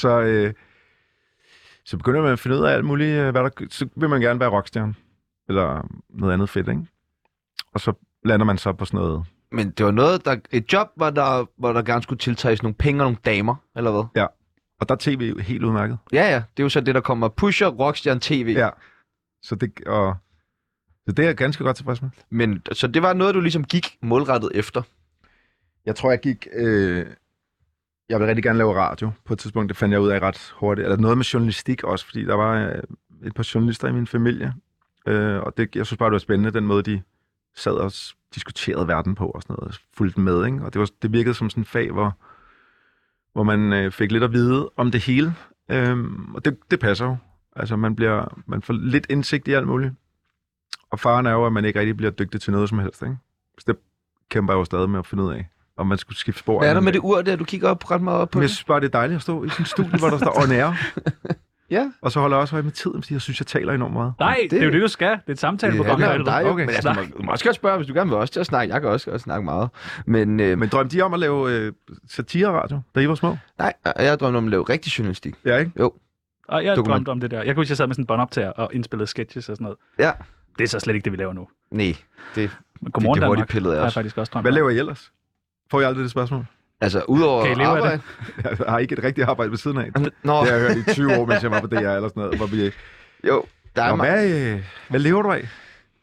så begynder man at finde ud af alt muligt. Så vil man gerne være rockstjerne. Eller noget andet fedt, ikke? Og så lander man så på sådan noget. Men det var et job, hvor der gerne skulle tiltages nogle penge og nogle damer, eller hvad? Ja. Og der er tv jo helt udmærket. Ja, det er jo så det, der kommer. Pusher, rockstjerne, tv. Ja. Så det er jeg ganske godt tilfreds med. Men så det var noget, du ligesom gik målrettet efter? Jeg tror, jeg gik... Jeg ville rigtig gerne lave radio på et tidspunkt. Det fandt jeg ud af ret hurtigt. Eller noget med journalistik også, fordi der var et par journalister i min familie. Og jeg synes bare, det var spændende, den måde, de sad og diskuterede verden på og sådan noget. Fulgte med, ikke? Og det virkede som sådan en fag, hvor man fik lidt at vide om det hele. Og det passer jo. Altså, man får lidt indsigt i alt muligt. Og faren er jo, at man ikke rigtig bliver dygtig til noget som helst, ikke? Så det kæmper jeg jo stadig med at finde ud af, om man skulle skifte spor. Hvad er der med det ur der, du kigger op ret meget op på? Men jeg synes bare, det er dejligt at stå i sådan en studie, hvor der står on air. Ja. Og så holder jeg også øje med tiden, fordi jeg synes, jeg taler enormt meget. Nej, det er jo det, du skal. Det er et samtaleprogram. Det handler om dig, jo. Okay. Men altså, du må også godt spørge, hvis du gerne vil også til at snakke. Jeg kan også snakke meget. Men drømte de om at lave satire-radio, da I var små? nej, jeg drømte om at lave rigtig journalistik. Ja, ikke? Jo. Og jeg drømte om det der. Jeg kunne huske, jeg sad med sådan en båndoptager og indspillede sketches og sådan noget. Ja. Det er så slet ikke det, vi laver nu. Nej, det Godmorgen, det hurtigt Danmark, pillede har jeg jeg også. faktisk også drømt Hvad om. laver I ellers? Får I aldrig det spørgsmål? Altså, udover Kan I leve af arbejde... Jeg har ikke et rigtigt arbejde ved siden af. Nå, Det har jeg hørt i 20 år, mens jeg var på DR eller sådan noget. Hvor vi... jo, der er Nå, hvad lever du af?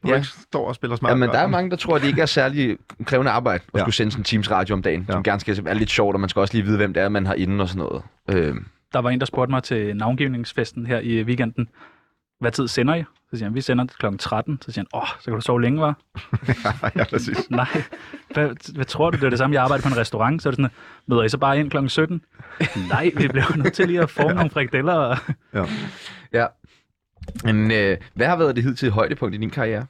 Du ikke står og spiller smart. Ja, men der er mange, der tror, at det ikke er særlig krævende arbejde at skulle sende sådan en Teams radio om dagen, som gerne skal være lidt sjovt, og man skal også lige vide, hvem det er, man har inde og sådan noget. Der var en, der spurgte mig til navngivningsfesten her i weekenden. Hvad tid sender I? Så siger han, vi sender kl. 13. Så siger han, så kan du sove længe, hva'? Ja, præcis. Nej. Hvad tror du? Det er det samme, jeg arbejder på en restaurant. Så er det sådan, møder I så bare ind kl. 17? Nej, vi bliver nødt til lige at forme nogle frikadeller. Ja. Men hvad har været det hidtil højdepunkt i din karriere?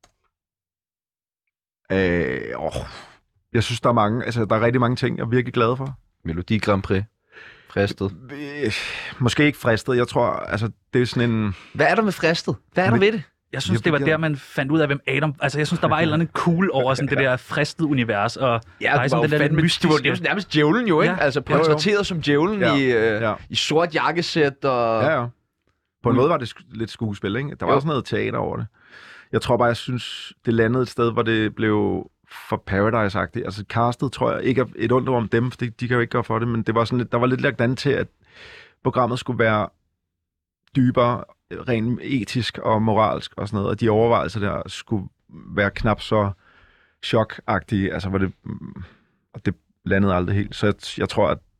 Jeg synes, der er mange. Altså, der er rigtig mange ting, jeg er virkelig glad for. Melodi Grand Prix. Fristet. Måske ikke fristet. Jeg tror, altså, det er sådan en... Hvad er der med fristet? Hvad er der ved det? Jeg synes, det var der, man fandt ud af, hvem Adam... Altså, jeg synes, der var et eller andet cool over sådan det der fristede univers. Og ja, det var jo fandme mystiske. Det var nærmest djævlen jo, ikke? Ja. Altså, portrætteret som djævlen i sort jakkesæt og... Ja. På en måde var det lidt skuespil, ikke? Der var også noget teater over det. Jeg tror bare, jeg synes, det landede et sted, hvor det blev for Paradise-agtigt. Altså, castet tror jeg ikke er et ondt om dem, for de kan jo ikke gøre for det, men det var sådan lidt, der var lidt lagt an til, at programmet skulle være dybere, rent etisk og moralsk og sådan noget, og de overvejelser der skulle være knap så chok-agtige, altså hvor det, og det landede aldrig helt. Så jeg tror, at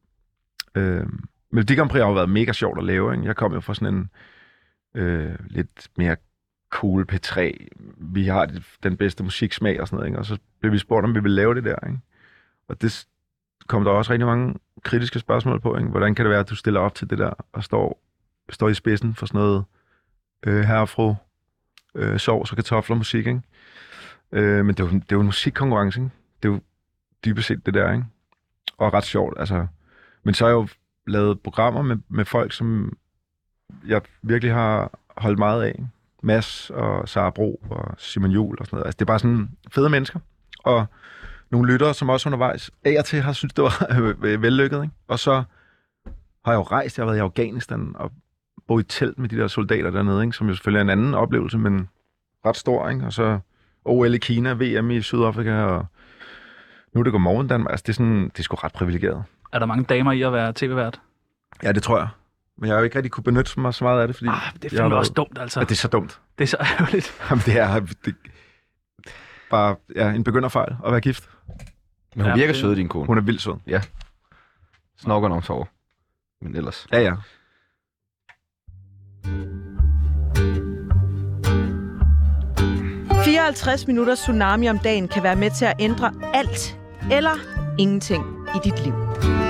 Melodi Grand Prix har jo været mega sjovt at lave, ikke? Jeg kom jo fra sådan en lidt mere cool P3, vi har den bedste musiksmag og sådan noget, ikke? Og så blev vi spurgt, om vi ville lave det der, ikke? Og det kom der også rigtig mange kritiske spørgsmål på, ikke? Hvordan kan det være, at du stiller op til det der og står i spidsen for sådan noget herre og fru sovs og kartofler musik, ikke? Men det er jo en musikkonkurrence, ikke? Det er jo dybest set det der, ikke? Og ret sjovt, altså. Men så har jeg jo lavet programmer med folk, som jeg virkelig har holdt meget af. Mads og Sara Bro og Simon Juhl og sådan noget. Altså, det er bare sådan fede mennesker. Og nogle lyttere, som også undervejs af og til har syntes, det var vellykket, ikke? Og så har jeg jo rejst. Jeg har været i Afghanistan og boet i telt med de der soldater dernede, ikke? Som jo selvfølgelig er en anden oplevelse, men ret stor, ikke? Og så OL i Kina, VM i Sydafrika, og nu er det Godmorgen Danmark. Altså, det er sgu ret privilegeret. Er der mange damer i at være tv-vært? Ja, det tror jeg. Men jeg har jo ikke rigtig kunne benytte mig så meget af det, fordi... det finder også dumt, altså. Ja, det er så dumt. Det er så ærgerligt. Jamen, det er bare en begynderfejl at være gift. Men hun virker sød, din kone. Hun er vildt sød. Ja. Snokker nok sover. Men ellers... Ja. 54 minutter tsunami om dagen kan være med til at ændre alt eller ingenting i dit liv.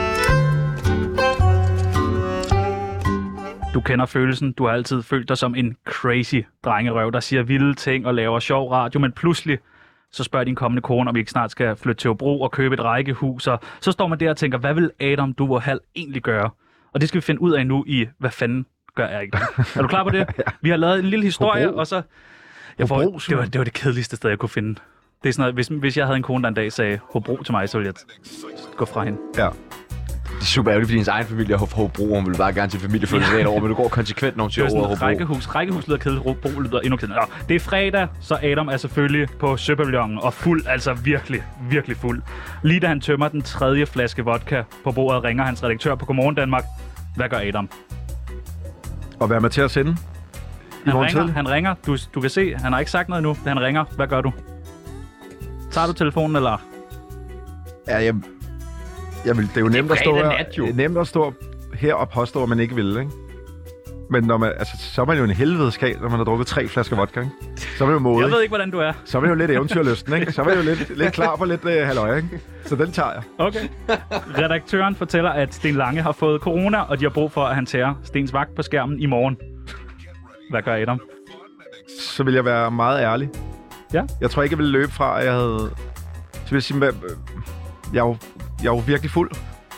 Du kender følelsen. Du har altid følt dig som en crazy drengerøv, der siger vilde ting og laver sjov radio, men pludselig så spørger din kommende kone, om vi ikke snart skal flytte til Hobro og købe et rækkehus, og så står man der og tænker, hvad vil Adam Duvold egentlig gøre? Og det skal vi finde ud af nu i, hvad fanden gør Erik? Er du klar på det? Ja. Vi har lavet en lille historie, Hobro. Og så... det var det kedeligste sted, jeg kunne finde. Det er sådan noget, hvis jeg havde en kone, der en dag sagde Hobro til mig, så ville jeg gå fra hende. Ja. Det er super ærgerligt, fordi ens egen familie er Hobro, og hun vil bare gerne til familiefødselsdagen over, men du går konsekvent nogle til over Hobro. Rækkehus lyder kedeligt, Hobro lyder endnu kedeligt. Det er fredag, så Adam er selvfølgelig på Søpavillonen og fuld, altså virkelig, virkelig fuld. Lige da han tømmer den 3. flaske vodka på bordet, ringer hans redaktør på Godmorgen Danmark. Hvad gør Adam? Og hvad med til at sende? Han ringer. Du kan se, han har ikke sagt noget endnu. Han ringer. Hvad gør du? Tager du telefonen, eller? Ja, det er jo nemt at stå her og påstå, at man ikke vil, ikke? Men når man, så er man jo en helvedeskal, når man har drukket 3 flasker vodka, ikke? Så er man jo modig. Jeg ved ikke, hvordan du er. Så er man jo lidt eventyrlysten, ikke? Så er man jo lidt klar på lidt halløj, ikke? Så den tager jeg. Okay. Redaktøren fortæller, at Sten Lange har fået corona, og de har brug for, at han tager Stens vagt på skærmen i morgen. Hvad gør Adam? Så vil jeg være meget ærlig. Ja? Jeg tror ikke, jeg ville løbe fra, at jeg havde... Så vil jeg sige, jeg er jo virkelig fuld.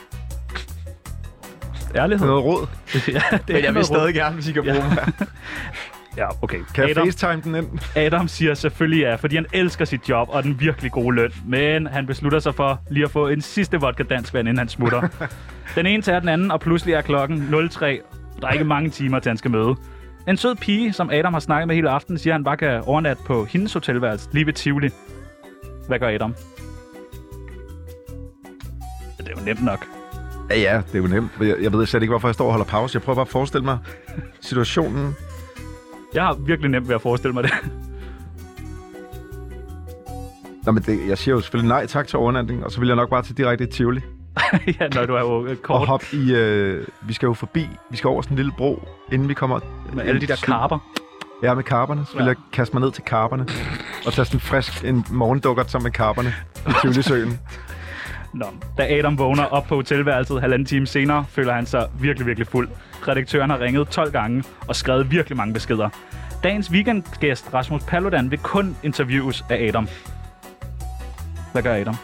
Ærlighed. Noget råd. Ja, men jeg vil stadig gerne, hvis I kan bruge mig. Ja, okay. Kan jeg FaceTime den ind? Adam siger selvfølgelig ja, fordi han elsker sit job og den virkelig gode løn. Men han beslutter sig for lige at få en sidste vodka dansk vand, inden han smutter. Den ene tager den anden, og pludselig er klokken 03. Der er ikke mange timer, til han skal møde. En sød pige, som Adam har snakket med hele aftenen, siger, at han bare kan overnatte på hendes hotelværelse lige ved Tivoli. Hvad gør Adam? Det er jo nemt nok. Ja, det er jo nemt. Jeg ved slet ikke, hvorfor jeg står og holder pause. Jeg prøver bare at forestille mig situationen. Jeg har virkelig nemt ved at forestille mig det. Nå, men jeg siger jo selvfølgelig nej tak til overnatning, og så vil jeg nok bare til direkte i Tivoli. Ja, når du er jo kort. Og hoppe i... vi skal jo forbi... Vi skal over sådan en lille bro, inden vi kommer... Med alle de der karper. Ja, med karperne. Så vil jeg kaste mig ned til karperne. Og tage sådan en morgendukkert sammen med karperne i Tivoli-søen. Nå, da Adam vågner op på hotelværelset 1,5 time senere, føler han sig virkelig, virkelig fuld. Redaktøren har ringet 12 gange og skrevet virkelig mange beskeder. Dagens weekendgæst, Rasmus Paludan, vil kun interviews af Adam. Hvad gør Adam?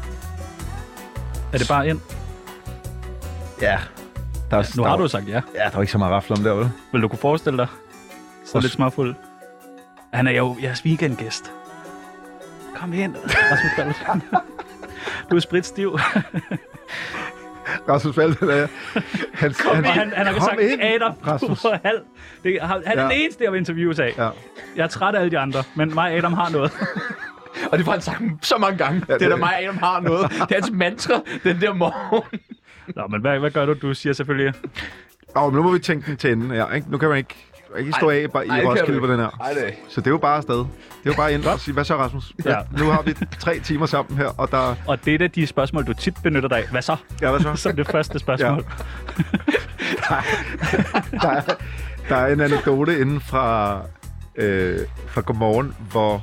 Er det bare ind? Ja. Nu har du sagt ja. Ja, der er ikke så meget rafle om det, vel? Vil du kunne forestille dig? Så lidt småfuld. Han er jo jeres weekendgæst. Kom ind, Rasmus Paludan. Du er spritstiv. Rasmus Paludan, han har sagt, Adam, Rasmus. Du er halv. Han er den eneste, jeg vil interviews af. Ja. Jeg er træt af alle de andre, men mig og Adam har noget. Og det får han sagt så mange gange. Ja, det er der mig og Adam har noget. Det er hans mantra, den der morgen. Nå, men hvad gør du? Du siger selvfølgelig... men nu må vi tænke den til enden. Ja, ikke? Nu kan man ikke stå af bare i Roskilde på den her. Nej. Så det er jo bare afsted. Det er jo bare ind og sige, hvad så, Rasmus? Ja. Nu har vi 3 timer sammen her, og der... Og det er de spørgsmål, du tit benytter dig af. Hvad så? Ja, hvad så? Som det første spørgsmål. Ja. Der er en anekdote inden fra Godmorgen, hvor...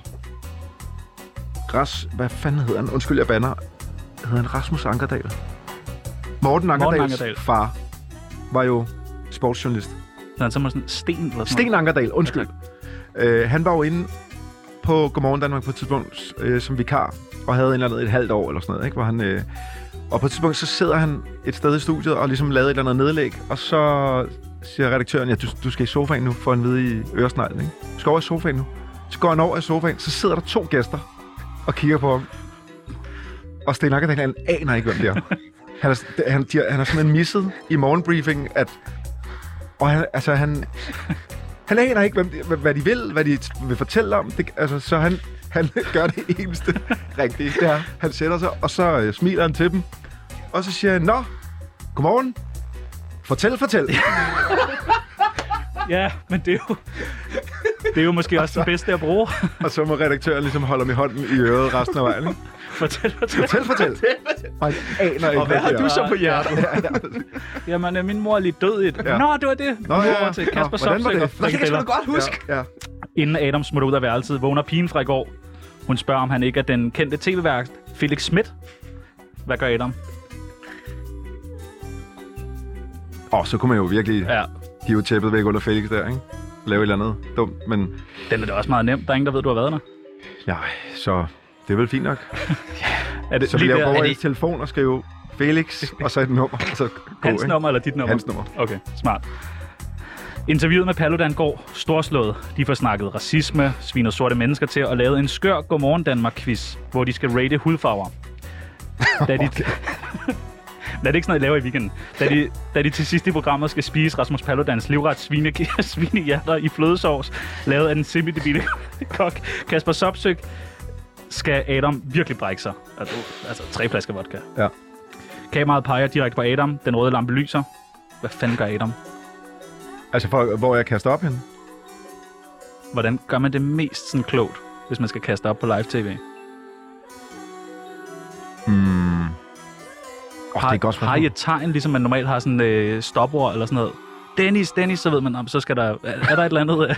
hvad fanden hedder han? Undskyld, jeg bander. Hedder han Rasmus Ankerdal? Morten Ankerdals far var jo sportsjournalist. Så han så sådan Sten eller sådan Sten Ankerdal, undskyld. Han var jo inde på Godmorgen Danmark på et tidspunkt som vikar, og havde en eller andet et halvt år eller sådan noget, ikke? Hvor han, og på et tidspunkt så sidder han et sted i studiet og ligesom lavede et eller andet nedlæg, og så siger redaktøren, ja, du skal i sofaen nu, for en vide i øresneglen, ikke? Du skal over i sofaen nu. Så går han over i sofaen, så sidder der 2 gæster og kigger på ham. Og Sten Ankerdal, han aner ikke, hvem det er. Han er simpelthen misset i morgenbriefingen, og han aner ikke, hvad de vil, hvad de vil fortælle om. Så han gør det eneste rigtige. Det er, han sætter sig, og så smiler han til dem. Og så siger han, nå, godmorgen. Fortæl. Ja, men det er jo måske også det bedste at bruge. Og så må redaktøren ligesom holde ham i hånden i øret resten af vejen. Fortæl. Og aner ikke, hvad har du så på hjertet? Jamen, min mor er lige død i det. Ja. Nå, det var det. Nå, ja. Til Kasper hvordan var det? Sopsøk. Det kan jeg sgu da godt huske. Ja. Inden Adam smutter ud af værelset, vågner pigen fra i går. Hun spørger, om han ikke er den kendte tv-vært Felix Schmidt. Hvad gør Adam? Så kunne man jo virkelig hive tæppet væk under Felix der, ikke? Lave et eller andet dumt, men... Den er da også meget nemt. Der er ingen, der ved, du har været der. Ja, så det er vel fint nok. Er det så vil jeg jo bruge telefon og skrive Felix, og så et nummer, og så gå, hans nummer eller dit nummer? Hans nummer. Okay, smart. Interviewet med Paludan går storslået. De får snakket racisme, sviner sorte mennesker til og lavet en skør Godmorgen Danmark-quiz, hvor de skal rate hudfarver. Lad det ikke sådan noget, I laver i weekenden. Da de til sidst i programmet skal spise Rasmus Paludans livret svinehjerter i flødesovs, lavet af den semi-debile kok Kasper Sopsøk, skal Adam virkelig brække sig. Altså 3 flasker vodka. Ja. Kameraet peger direkte på Adam. Den røde lampe lyser. Hvad fanden gør Adam? Altså, hvor jeg kaster op henne? Hvordan gør man det mest sådan klogt, hvis man skal kaste op på live-tv? Har I et tegn, ligesom man normalt har sådan stopord eller sådan noget? Dennis, så ved man, så skal der... Er der et eller andet...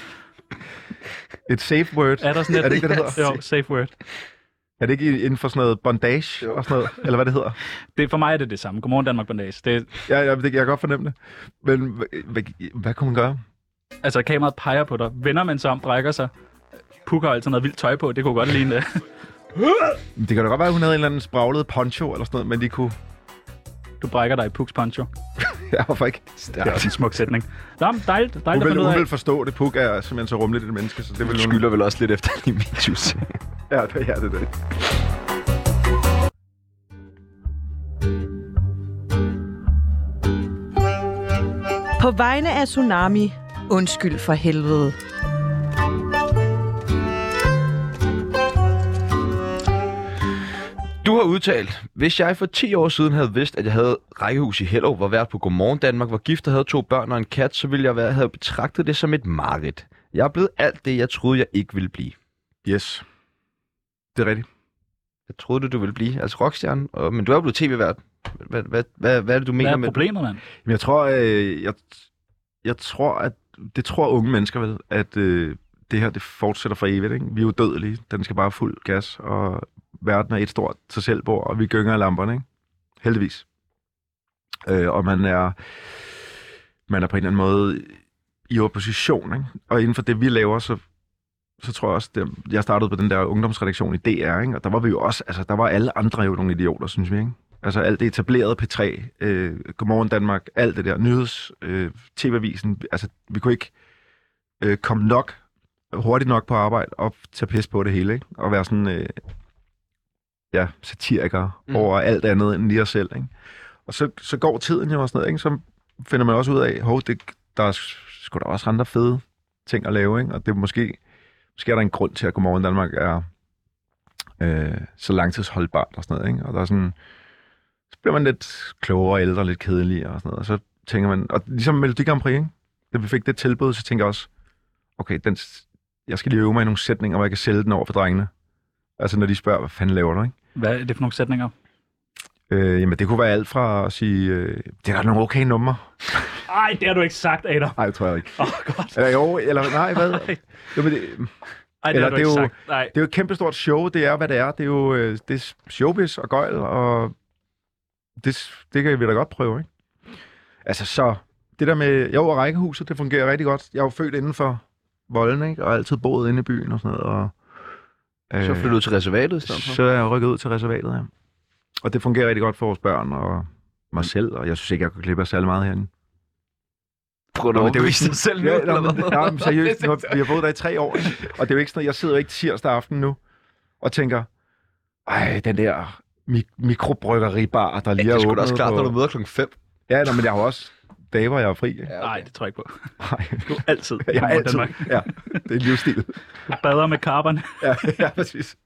Et safe word? Er der sådan et... Er det ikke, det hedder? Jo, safe word. Er det ikke inden for sådan noget bondage og sådan noget? Eller hvad det hedder? For mig er det samme. Godmorgen Danmark bondage. Jeg kan godt fornemme det. Men hvad kunne man gøre? Altså, kameraet peger på dig. Vender man sig om, brækker sig. Pukker altid noget vildt tøj på. Det kunne godt ligne det. Det kan da godt være, at hun havde en eller anden spraglet poncho eller sådan noget, men de kunne... Du brækker dig i Puks poncho. Ja, hvorfor ikke? Det er også en smuk sætning. Nå, dejligt hun vil forstå det. Puk er simpelthen så rummeligt et menneske, så det vil skylder vel også lidt efter Limitus. Ja, det er det. På vegne af Tsunami, undskyld for helvede. Du har udtalt, hvis jeg for 10 år siden havde vidst, at jeg havde rækkehus i Hellerup, var vært på Godmorgen Danmark, var gift og havde 2 børn og en kat, så ville jeg have betragtet det som et mareridt. Jeg er blevet alt det, jeg troede, jeg ikke ville blive. Yes. Det er rigtigt. Jeg troede du ville blive? Altså rockstjerne, men du er jo blevet tv-vært. Hvad er det, du mener Hvad med er problemet, mand? Men jeg tror, at det tror unge mennesker vel, at det her, det fortsætter for evigt, ikke? Vi er jo dødelige. Den skal bare fuld gas, og verden er et stort sig selvbord, og vi gynger lamperne, ikke? Heldigvis. Og man er på en eller anden måde i opposition, ikke? Og inden for det, vi laver, så tror jeg også, jeg startede på den der ungdomsredaktion i DR, ikke? Og der var vi jo også, altså der var alle andre jo nogle idioter, synes vi, ikke? Altså alt det etablerede P3, Godmorgen Danmark, alt det der, nyheds, TV-avisen, altså vi kunne ikke komme hurtigt nok på arbejde og tage pis på det hele, ikke? Og være sådan, satirikere over alt andet end lige os selv, ikke? Og så går tiden jo og sådan noget, ikke? Så finder man også ud af, der er sgu da også andre fede ting at lave, ikke? Og det er måske er der en grund til, at Godmorgen Danmark er så langtidsholdbart og sådan noget, ikke? Og der er sådan, så bliver man lidt klogere, ældre, lidt kedelig og sådan noget, og så tænker man, og ligesom Melodi Grand Prix, ikke? Da vi fik det tilbud, så tænker jeg også, okay, jeg skal lige øve mig i nogle sætninger, hvor jeg kan sælge den over for drengene. Altså når de spørger, hvad fanden laver du, ikke? Hvad er det for nogle sætninger? Jamen det kunne være alt fra at sige, det er da nogle okay numre. Ej, det har du ikke sagt, Adam. Nej, det tror jeg ikke. Godt. Eller nej, hvad? Jo, men Ej, det har du ikke sagt. Nej. Det er jo et kæmpestort show, det er, hvad det er. Det er jo det er showbiz og gøjl, og det kan vi da godt prøve, ikke? Altså så, det der med, rækkehuset, det fungerer rigtig godt. Jeg er jo født inden for volden, ikke? Og altid boet inde i byen og sådan noget. Og, så flyttede du til reservatet i stedet for? Så er jeg rykket ud til reservatet, ja. Og det fungerer rigtig godt for vores børn og mig selv, og jeg synes ikke, jeg kunne klippe særlig meget herinde. Prøv at overbevise dig selv nu, eller hvad? Ja, men seriøst, vi har boet der i 3 år, ikke? Og det er jo ikke sådan, jeg sidder jo ikke tirsdag aften nu og tænker, ej, den der mikrobryggeribar, der lige er åbnet. Det er sgu da også klart, når du møder klokken 5. Ja, men jeg har jo også dage, hvor jeg er fri. Ikke? Ja, okay. Nej, det tror jeg ikke på. Nej. Du altid. Jeg er altid. Ja, det er en livsstil. Du bader med karperne. Ja, præcis.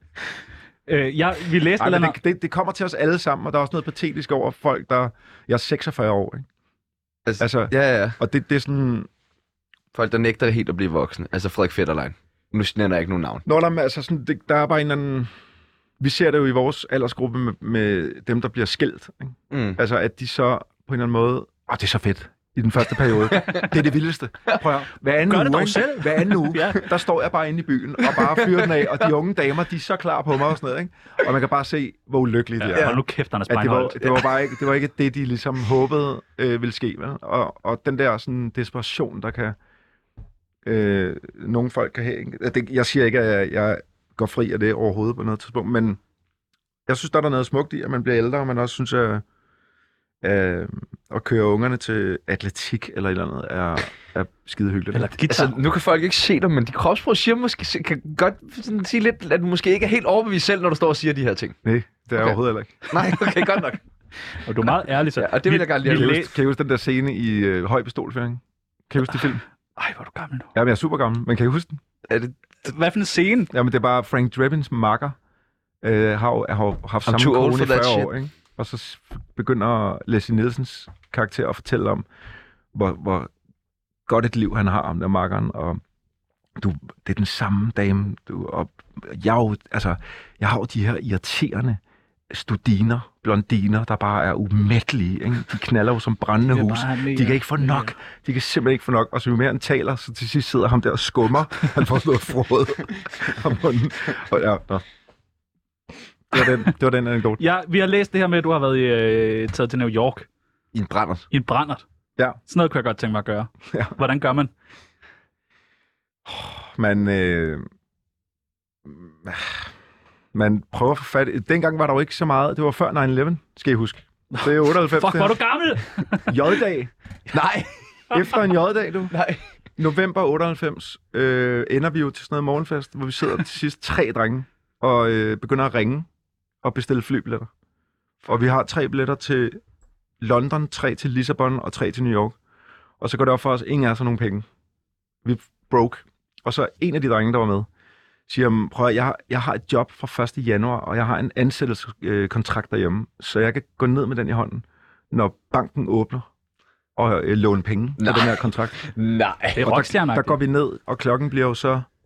Vi læste det kommer til os alle sammen, og der er også noget patetisk over folk, der... Jeg er 46 år, ikke? Altså, ja. Og det er sådan... Folk, der nægter det helt at blive voksne. Altså Frederik Fetterlein. Nu nævner jeg ikke nogen navn. Nå, altså sådan, der er bare en eller anden... Vi ser det jo i vores aldersgruppe med dem, der bliver skilt. Ikke? Altså, at de så på en eller anden måde... det er så fedt. I den første periode. Det er det vildeste. Prøv at hver anden uge, selv. Hver anden uge, der står jeg bare inde i byen og bare fyrer den af, og de unge damer, de er så klar på mig og sådan noget, ikke? Og man kan bare se, hvor ulykkelige de er. Hold nu kæft, Anders Breinholt. Det var bare ikke, det var ikke det, de ligesom håbede ville ske, vel? Og den der sådan desperation, der kan nogle folk kan have. Ikke? Jeg siger ikke, at jeg går fri af det overhovedet på noget tidspunkt, men jeg synes, der er noget smukt i, at man bliver ældre, og man også synes, at køre ungerne til atletik eller et eller andet er skide hyggeligt. Eller guitar. Altså, nu kan folk ikke se dig, men de kropssprog siger måske, kan godt sådan sige lidt, at du måske ikke er helt overbevist selv, når du står og siger de her ting. Nej, det er overhovedet heller ikke. Nej, okay, godt nok. Og du er meget ærlig, så. Ja, og det vil jeg gerne lide. Kan I huske den der scene i Høj Pistolføring? Kan I huske de film? Ej, hvor er du gammel nu. Jamen, jeg er super gammel, men kan I huske den? Hvad for en scene? Jamen, det er bare Frank Drebins makker. Har haft samme kone i 40 år, ikke? Og så begynder Leslie Nielsens karakter at fortælle om, hvor godt et liv han har om der makkeren, og det er den samme dame, jeg har jo de her irriterende studiner, blondiner, der bare er umættelige, ikke? De knaller jo som brændende hus. De kan ikke få nok. De kan simpelthen ikke få nok. Og så jo mere han taler, så til sidst sidder ham der og skummer. Han får sådan noget frode om munden. Og ja, det var den anekdote. Ja, vi har læst det her med, at du har været taget til New York. I en brændert. I en brændert? Ja. Sådan noget kunne jeg godt tænke mig at gøre. Ja. Hvordan gør man? Man prøver at få fat i... Dengang var der jo ikke så meget. Det var før 9/11, skal I huske. Det er 98. Fuck, hvor er du gammel! J-dag. Nej. Efter en J-dag, du. Nej. November 98 ender vi jo til sådan noget morgenfest, hvor vi sidder til sidst 3 drenge og begynder at ringe og bestille flybilletter. Og vi har 3 billetter til London, 3 til Lissabon og 3 til New York. Og så går det op for os, ingen af os har nogen penge. Vi er broke. Og så en af de drenge, der var med, siger, prøv at, jeg har et job fra 1. januar, og jeg har en ansættelseskontrakt derhjemme, så jeg kan gå ned med den i hånden, når banken åbner og låne penge på den her kontrakt. Nej. Det er rockstjerner. Der går vi ned, og klokken bliver jo så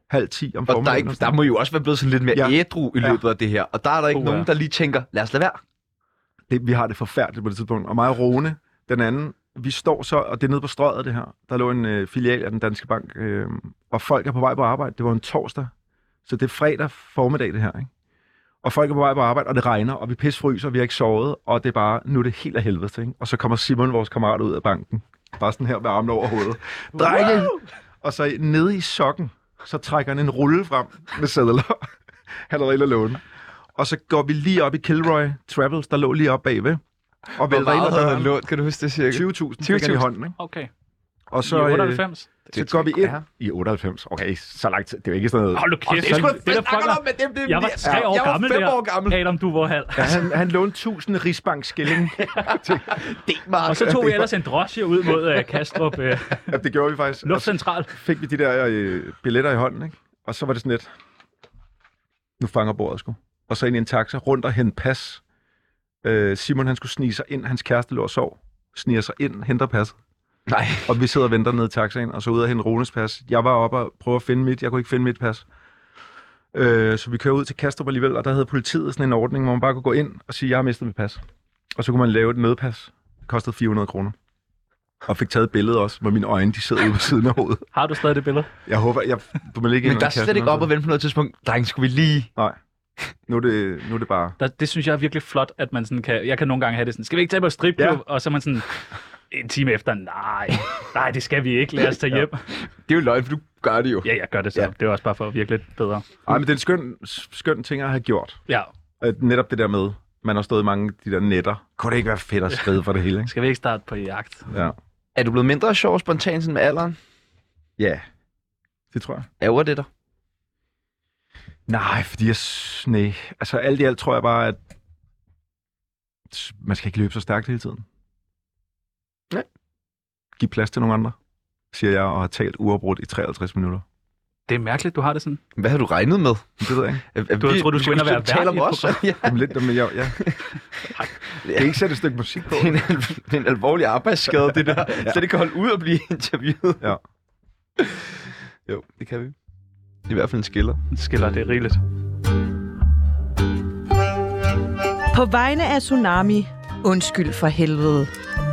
9:30 om Og formiddagen. der må jo også være blevet sådan lidt mere ædru i løbet af det her. Og der er der ikke nogen, ja. der lige tænker, lad os lade være. Vi har det forfærdeligt på det tidspunkt. Og mig og Rone, den anden, vi står så, og det er nede på Strøget, det her. Der lå en filial af den Danske Bank, og folk er på vej på arbejde. Det var en torsdag, så det er fredag formiddag, det her, ikke? Og folk er på vej på arbejde, og det regner, og vi pisfryser, og vi har ikke sovet, og det er bare, nu er det helt af helvede til, ikke? Og så kommer Simon, vores kammerat, ud af banken. Bare sådan her med armen over hovedet. Drenge! Wow! Og så nede i sokken, så trækker han en rulle frem med sedler. Han er rigtig låne. Og så går vi lige op i Kilroy Travels, der lå lige op bagved. Og Hvor meget havde han lånt? Kan du huske det cirka? 20.000 i hånden, ikke? Okay. Og så, I 98? så går vi ind i 98. Okay, så langt. Det er jo ikke sådan noget... Hold nu kæft. Det er sgu det der fucker. Jeg var 3 år gammel der. Jeg var 5 år gammel. Adam, du var halv. Ja, han lånte 1000 rigsbankskilling. Og så tog vi ellers en drosje ud mod Kastrup Ja, det gjorde vi faktisk. Luftcentral. Og så fik vi de der billetter i hånden, ikke? Og så var det sådan lidt... Nu fanger bordet sgu. Og så ind i en taxa, rundt og hente pas. Simon, han skulle snige sig ind. Hans kæreste lå og sov. Sniger sig ind, henter passet. Nej. Og vi sidder og venter nede i taxaen, og så ud og hente Rones pas. Jeg var oppe og prøve at finde mit. Jeg kunne ikke finde mit pas. Så vi kører ud til Kastrup alligevel, og der havde politiet sådan en ordning, hvor man bare kunne gå ind og sige, jeg har mistet mit pas. Og så kunne man lave et nødpas. Det kostede 400 kroner. Og fik taget et billede også, hvor mine øjne de sidder ude på siden af hovedet. Har du stadig det billede? Jeg håber, du må ligge ind. Men der er slet ikke op og vente på noget tidspunkt. Dreng, skulle vi lige... Nej. Nu er det bare... Det synes jeg er virkelig flot, at man sådan kan... Jeg kan nogle gange have det sådan, skal vi ikke tage på stripklub? Ja. Og så er man sådan, en time efter, nej, det skal vi ikke. Lad os tage hjem. Det er jo løgn, for du gør det jo. Ja, jeg gør det så. Ja. Det er også bare for at virke lidt bedre. Nej, men det er en skøn ting at have gjort. Ja. Netop det der med, man har stået i mange af de der netter. Kunne det ikke være fedt at skrive for det hele, ikke? Skal vi ikke starte på jagt? Ja. Er du blevet mindre sjov og spontan sådan med alderen? Ja, det tror jeg. Ærger det dig? Nej, fordi nej. Altså alt i alt tror jeg bare, at man skal ikke løbe så stærkt hele tiden. Nej. Giv plads til nogle andre, siger jeg, og har talt uafbrudt i 53 minutter. Det er mærkeligt, du har det sådan. Hvad har du regnet med? Det ved jeg ikke. Du havde troet, du skulle ind og være tale om vært i et os. program. Ja. Jamen, lidt, men jeg kan ikke sætte et stykke musik på. Det er en alvorlig arbejdsskade, det der. Ja. Så det kan holde ud og blive interviewet. Ja. Jo, det kan vi. Det er i hvert fald en skiller. Skiller, det er rigeligt. På vegne af Tsunami, undskyld for helvede.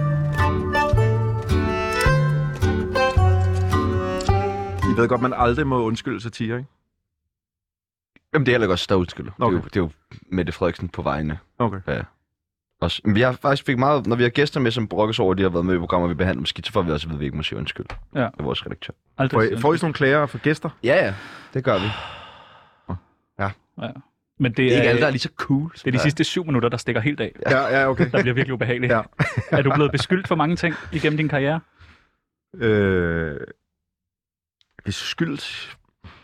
I ved godt, man aldrig må undskylde satire, ikke? Jamen, det er heller godt, der undskylder. Okay. Det er jo Mette Frederiksen på vegne. Okay. Ja. Også. Men vi har faktisk fik meget, når vi har gæster med, som brokkes over, de har været med i programmer, vi behandler måske, så får vi også at vide, at vi ikke må sige undskyld. Ja. Af vores redaktør. Aldrig. Får I sådan nogle klager for gæster? Ja, det gør vi. Ja. Men det Det er er, ikke alle, der er lige så cool. det er de sidste 7 minutter, der stikker helt af. Ja, okay. Der bliver virkelig ubehageligt. Ja. Er du blevet beskyldt for mange ting igennem din karriere? Beskyldt?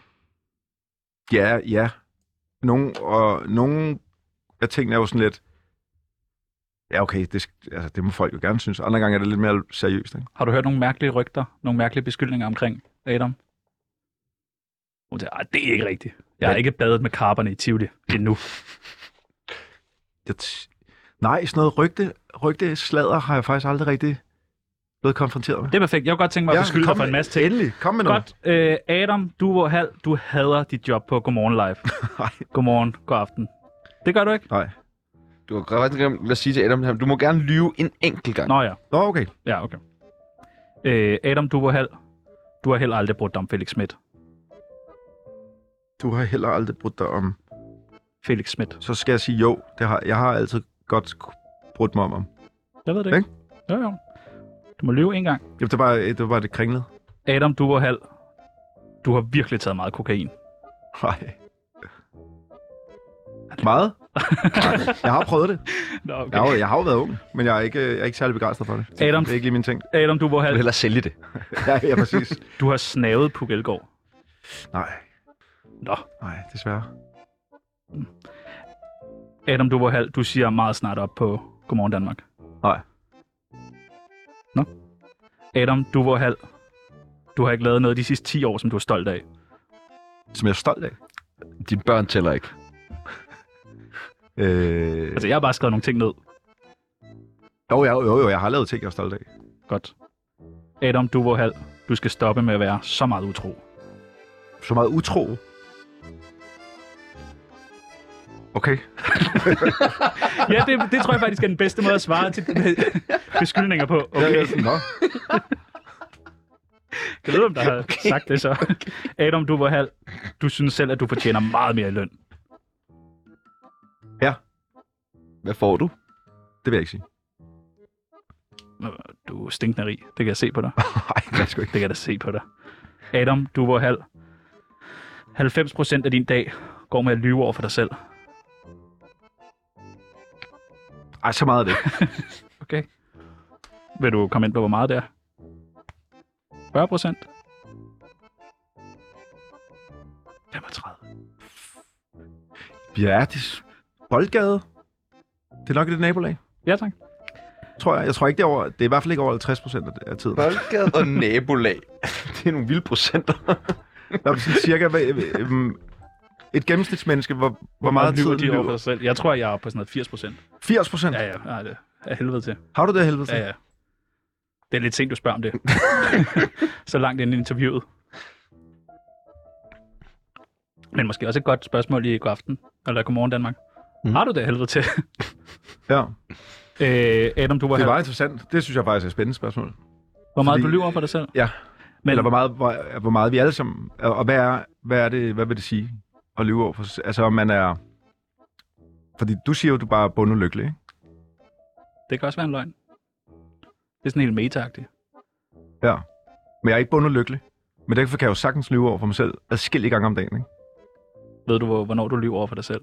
Ja. Nogle af tingene er jo sådan lidt... Ja, okay, det må folk jo gerne synes. Andre gange er det lidt mere seriøst, ikke? Har du hørt nogle mærkelige rygter, nogle mærkelige beskyldninger omkring Adam? Det er ikke rigtigt. Jeg har ikke badet med karperne i Tivoli endnu. Nej, sådan noget rygte-sladder har jeg faktisk aldrig rigtig blevet konfronteret med. Det er perfekt. Jeg kunne godt tænke mig at beskylde dig for en masse ting. Endelig, kom med noget. Godt. Adam, du hader dit job på Godmorgen Live. Nej. Godmorgen, god aften. Det gør du ikke? Nej. Du har godt lad os sige til Adam, du må gerne lyve en enkelt gang. Nå ja. Nå, okay. Ja, okay. Adam, du har heller aldrig brudt dig om Felix Schmidt. Du har heller aldrig brudt dig om... Felix Schmidt. Så skal jeg sige jo. Jeg har altid godt brudt mig om. Jeg ved det ikke. Jo. Du må lyve en gang. Jamen, det var bare det kringlede. Adam, du har virkelig taget meget kokain. Nej. Meget? Jeg har prøvet det. Nå, okay. Jeg har jo været ung, men jeg er ikke særlig begejstret for det. Adam, Det er ikke lige min ting. Adam, du Du vil hellere sælge det. Ja, præcis. Du har snavet Puk Elgård. Nej. Nå. Nej, desværre. Adam, du siger meget snart op på Godmorgen Danmark. Nej. Nå. Adam, du har ikke lavet noget de sidste 10 år, som du er stolt af. Som jeg er stolt af. Dine børn tæller ikke. Altså, jeg har bare skrevet nogle ting ned. Jo, jeg har lavet ting, jeg er stolt af. Godt. Adam, du skal stoppe med at være så meget utro. Så meget utro. Okay. Ja, det tror jeg faktisk er den bedste måde at svare til beskyldninger på. Okay. Nå. Kan du vide, om der har sagt det så? Adam, du var halv. Du synes selv, at du fortjener meget mere i løn. Ja. Hvad får du? Det vil jeg ikke sige. Du er stinkende rig. Det kan jeg se på dig. Nej, det er sgu ikke. Det kan jeg da se på dig. Adam, du var halv. 90% af din dag går med at lyve over for dig selv. Ej, så meget af det. Okay. Vil du komme ind på, hvor meget det er? 40%? 35. Ja, det er Boldgade. Det er nok i det nabolag, Ja, tak. tror jeg. Jeg tror ikke, det er over... Det er i hvert fald ikke over 50% af tiden. Boldgade og nabolag. Det er nogle vilde procenter. Der er sådan cirka... Et gennemsnitsmenneske, hvor meget tid lyver de over for lyver? dig selv? Jeg tror, jeg er på sådan noget 80%. 80%? Ja, nej, det er helvede til. Har du det af helvede til? Ja. Det er lidt sent, du spørger om det. Så langt inde i interviewet. Men måske også et godt spørgsmål i god aften, eller godmorgen Danmark. Har du det af helvede til? Ja. Adam, du var Det halv. var interessant. Det synes jeg faktisk er et spændende spørgsmål. Hvor meget fordi- du lyver over for dig selv? Ja. Men, Eller hvor meget vi alle sammen... Og hvad vil det sige at lyve over for sig selv? Altså, om man er... Fordi du siger jo, du bare er bundulykkelig, ikke? det kan også være en løgn. Det er sådan helt meta-agtigt. Ja. Men jeg er ikke bundulykkelig. Men derfor kan jeg jo sagtens lyve over for mig selv adskillige gange om dagen, ikke? Ved du, hvornår du lyver over for dig selv?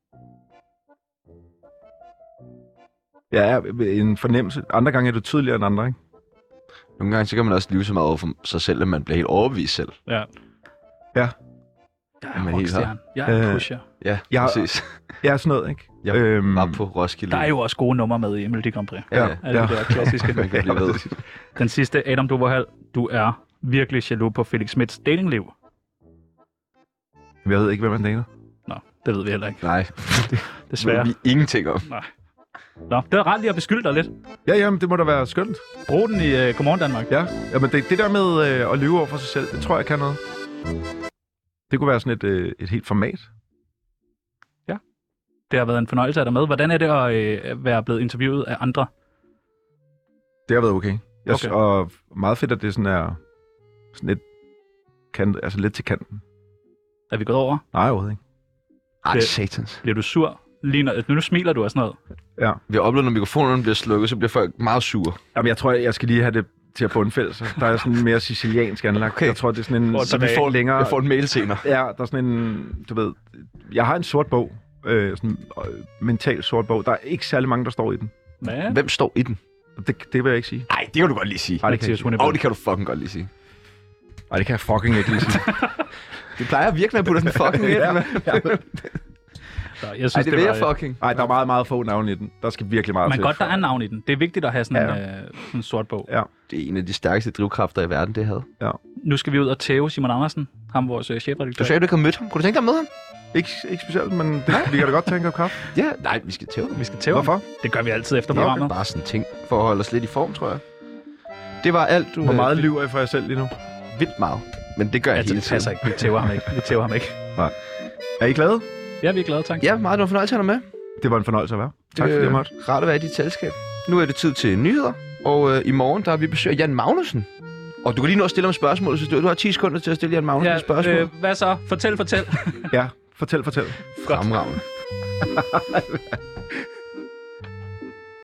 Ja, en fornemmelse. Andre gange er du tydeligere end andre, ikke? Nogle gange så kan man også lyve så meget over for sig selv, at man bliver helt overbevist selv. Ja. Ja. Jeg Jamen, er helt rockstjerne. Jeg er pusher. Ja, Jeg- præcis. Ja, sådan noget, ikke? Jeg var på Roskilde. Der er jo også gode numre med i Melodi Grand Prix. Ja, Alle de der klassiske. man kan blive ved. Den sidste, Adam Duverhal, du er virkelig jaloux på Felix Smiths datingliv. Jeg ved ikke, hvem man dater. Nå, det ved vi heller ikke. Nej, Desværre. det ved vi ingenting om. Nå, det er ret lige at beskylde dig lidt. Ja, jamen, det må da være skønt. Brug den i Godmorgen Danmark. Ja, jamen det der med at lyve over for sig selv, det tror jeg kan noget. Det kunne være sådan et helt format. Det har været en fornøjelse af dig med. Hvordan er det at være blevet interviewet af andre? Det har været okay. Okay. Og meget fedt, at det sådan er sådan lidt til kanten. Er vi gået over? Nej, overhovedet ikke. Ej, Det- satans. Bliver du sur? Lige når, nu smiler du og sådan noget. Ja. Vi har oplevet, når mikrofonerne bliver slukket, så bliver folk meget sure. Jamen, jeg tror, jeg skal lige have det til at bundfælde sig. Der er sådan mere siciliansk anlagt. Okay. Jeg tror, det er sådan en... Så vi får længere... Jeg får en mail senere. Ja, der er sådan en... Du ved... Jeg har en sort bog. Sådan mental sort bog. Der er ikke særlig mange, der står i den. Hvad? Hvem står i den? Det vil jeg ikke sige. Nej, det kan du godt lige sige. Nej, det kan jeg Mathias ikke. Hunebøl. Det kan du fucking godt lige sige. Nej, det kan jeg fucking ikke lige sige. Det plejer virkelig at putte den fucking ind. Ja, Ja. Så jeg Ej, synes, det vil var, jeg fucking. Nej, der er meget, meget få navne i den. Der skal virkelig meget Men til. godt, der er navn i den. Det er vigtigt at have sådan, Ja. sådan en sort bog. Ja. Det er en af de stærkeste drivkræfter i verden, det havde. Nu skal vi ud og tæve Simon Andersen, ham vores chefredaktør. Du sagde, du ikke har mødt ham. Kunne du tænke dig at møde ham? Ikke specielt, men vi kan da godt tænke op kaffe. Ja. Nej, vi skal tæve ham. Vi skal tæve ham. Hvorfor? Det gør vi altid efter Det er programmet. bare sådan en ting for at holde os lidt i form, tror jeg. Det var alt, du... Hvor meget lyver I for jer selv lige nu? Vildt meget. Men det gør jeg Altså, hele det passer tiden. ikke. Vi tæver ham ikke. Vi tæver ham ikke. Er I glade? Ja, vi er glade, tak. Ja, meget. Det var en fornøjelse at have dig med. Det var en fornøjelse at være. Tak fordi jeg måtte. Rart at være i dit selskab. Nu er det tid til nyheder, og i morgen der har vi besøg af Jan Magnussen. Og du kan lige nå at stille ham spørgsmål, så du har 10 sekunder til at stille Jan Magnussen et spørgsmål. Hvad så? Fortæl. Ja, fortæl. Fremragende.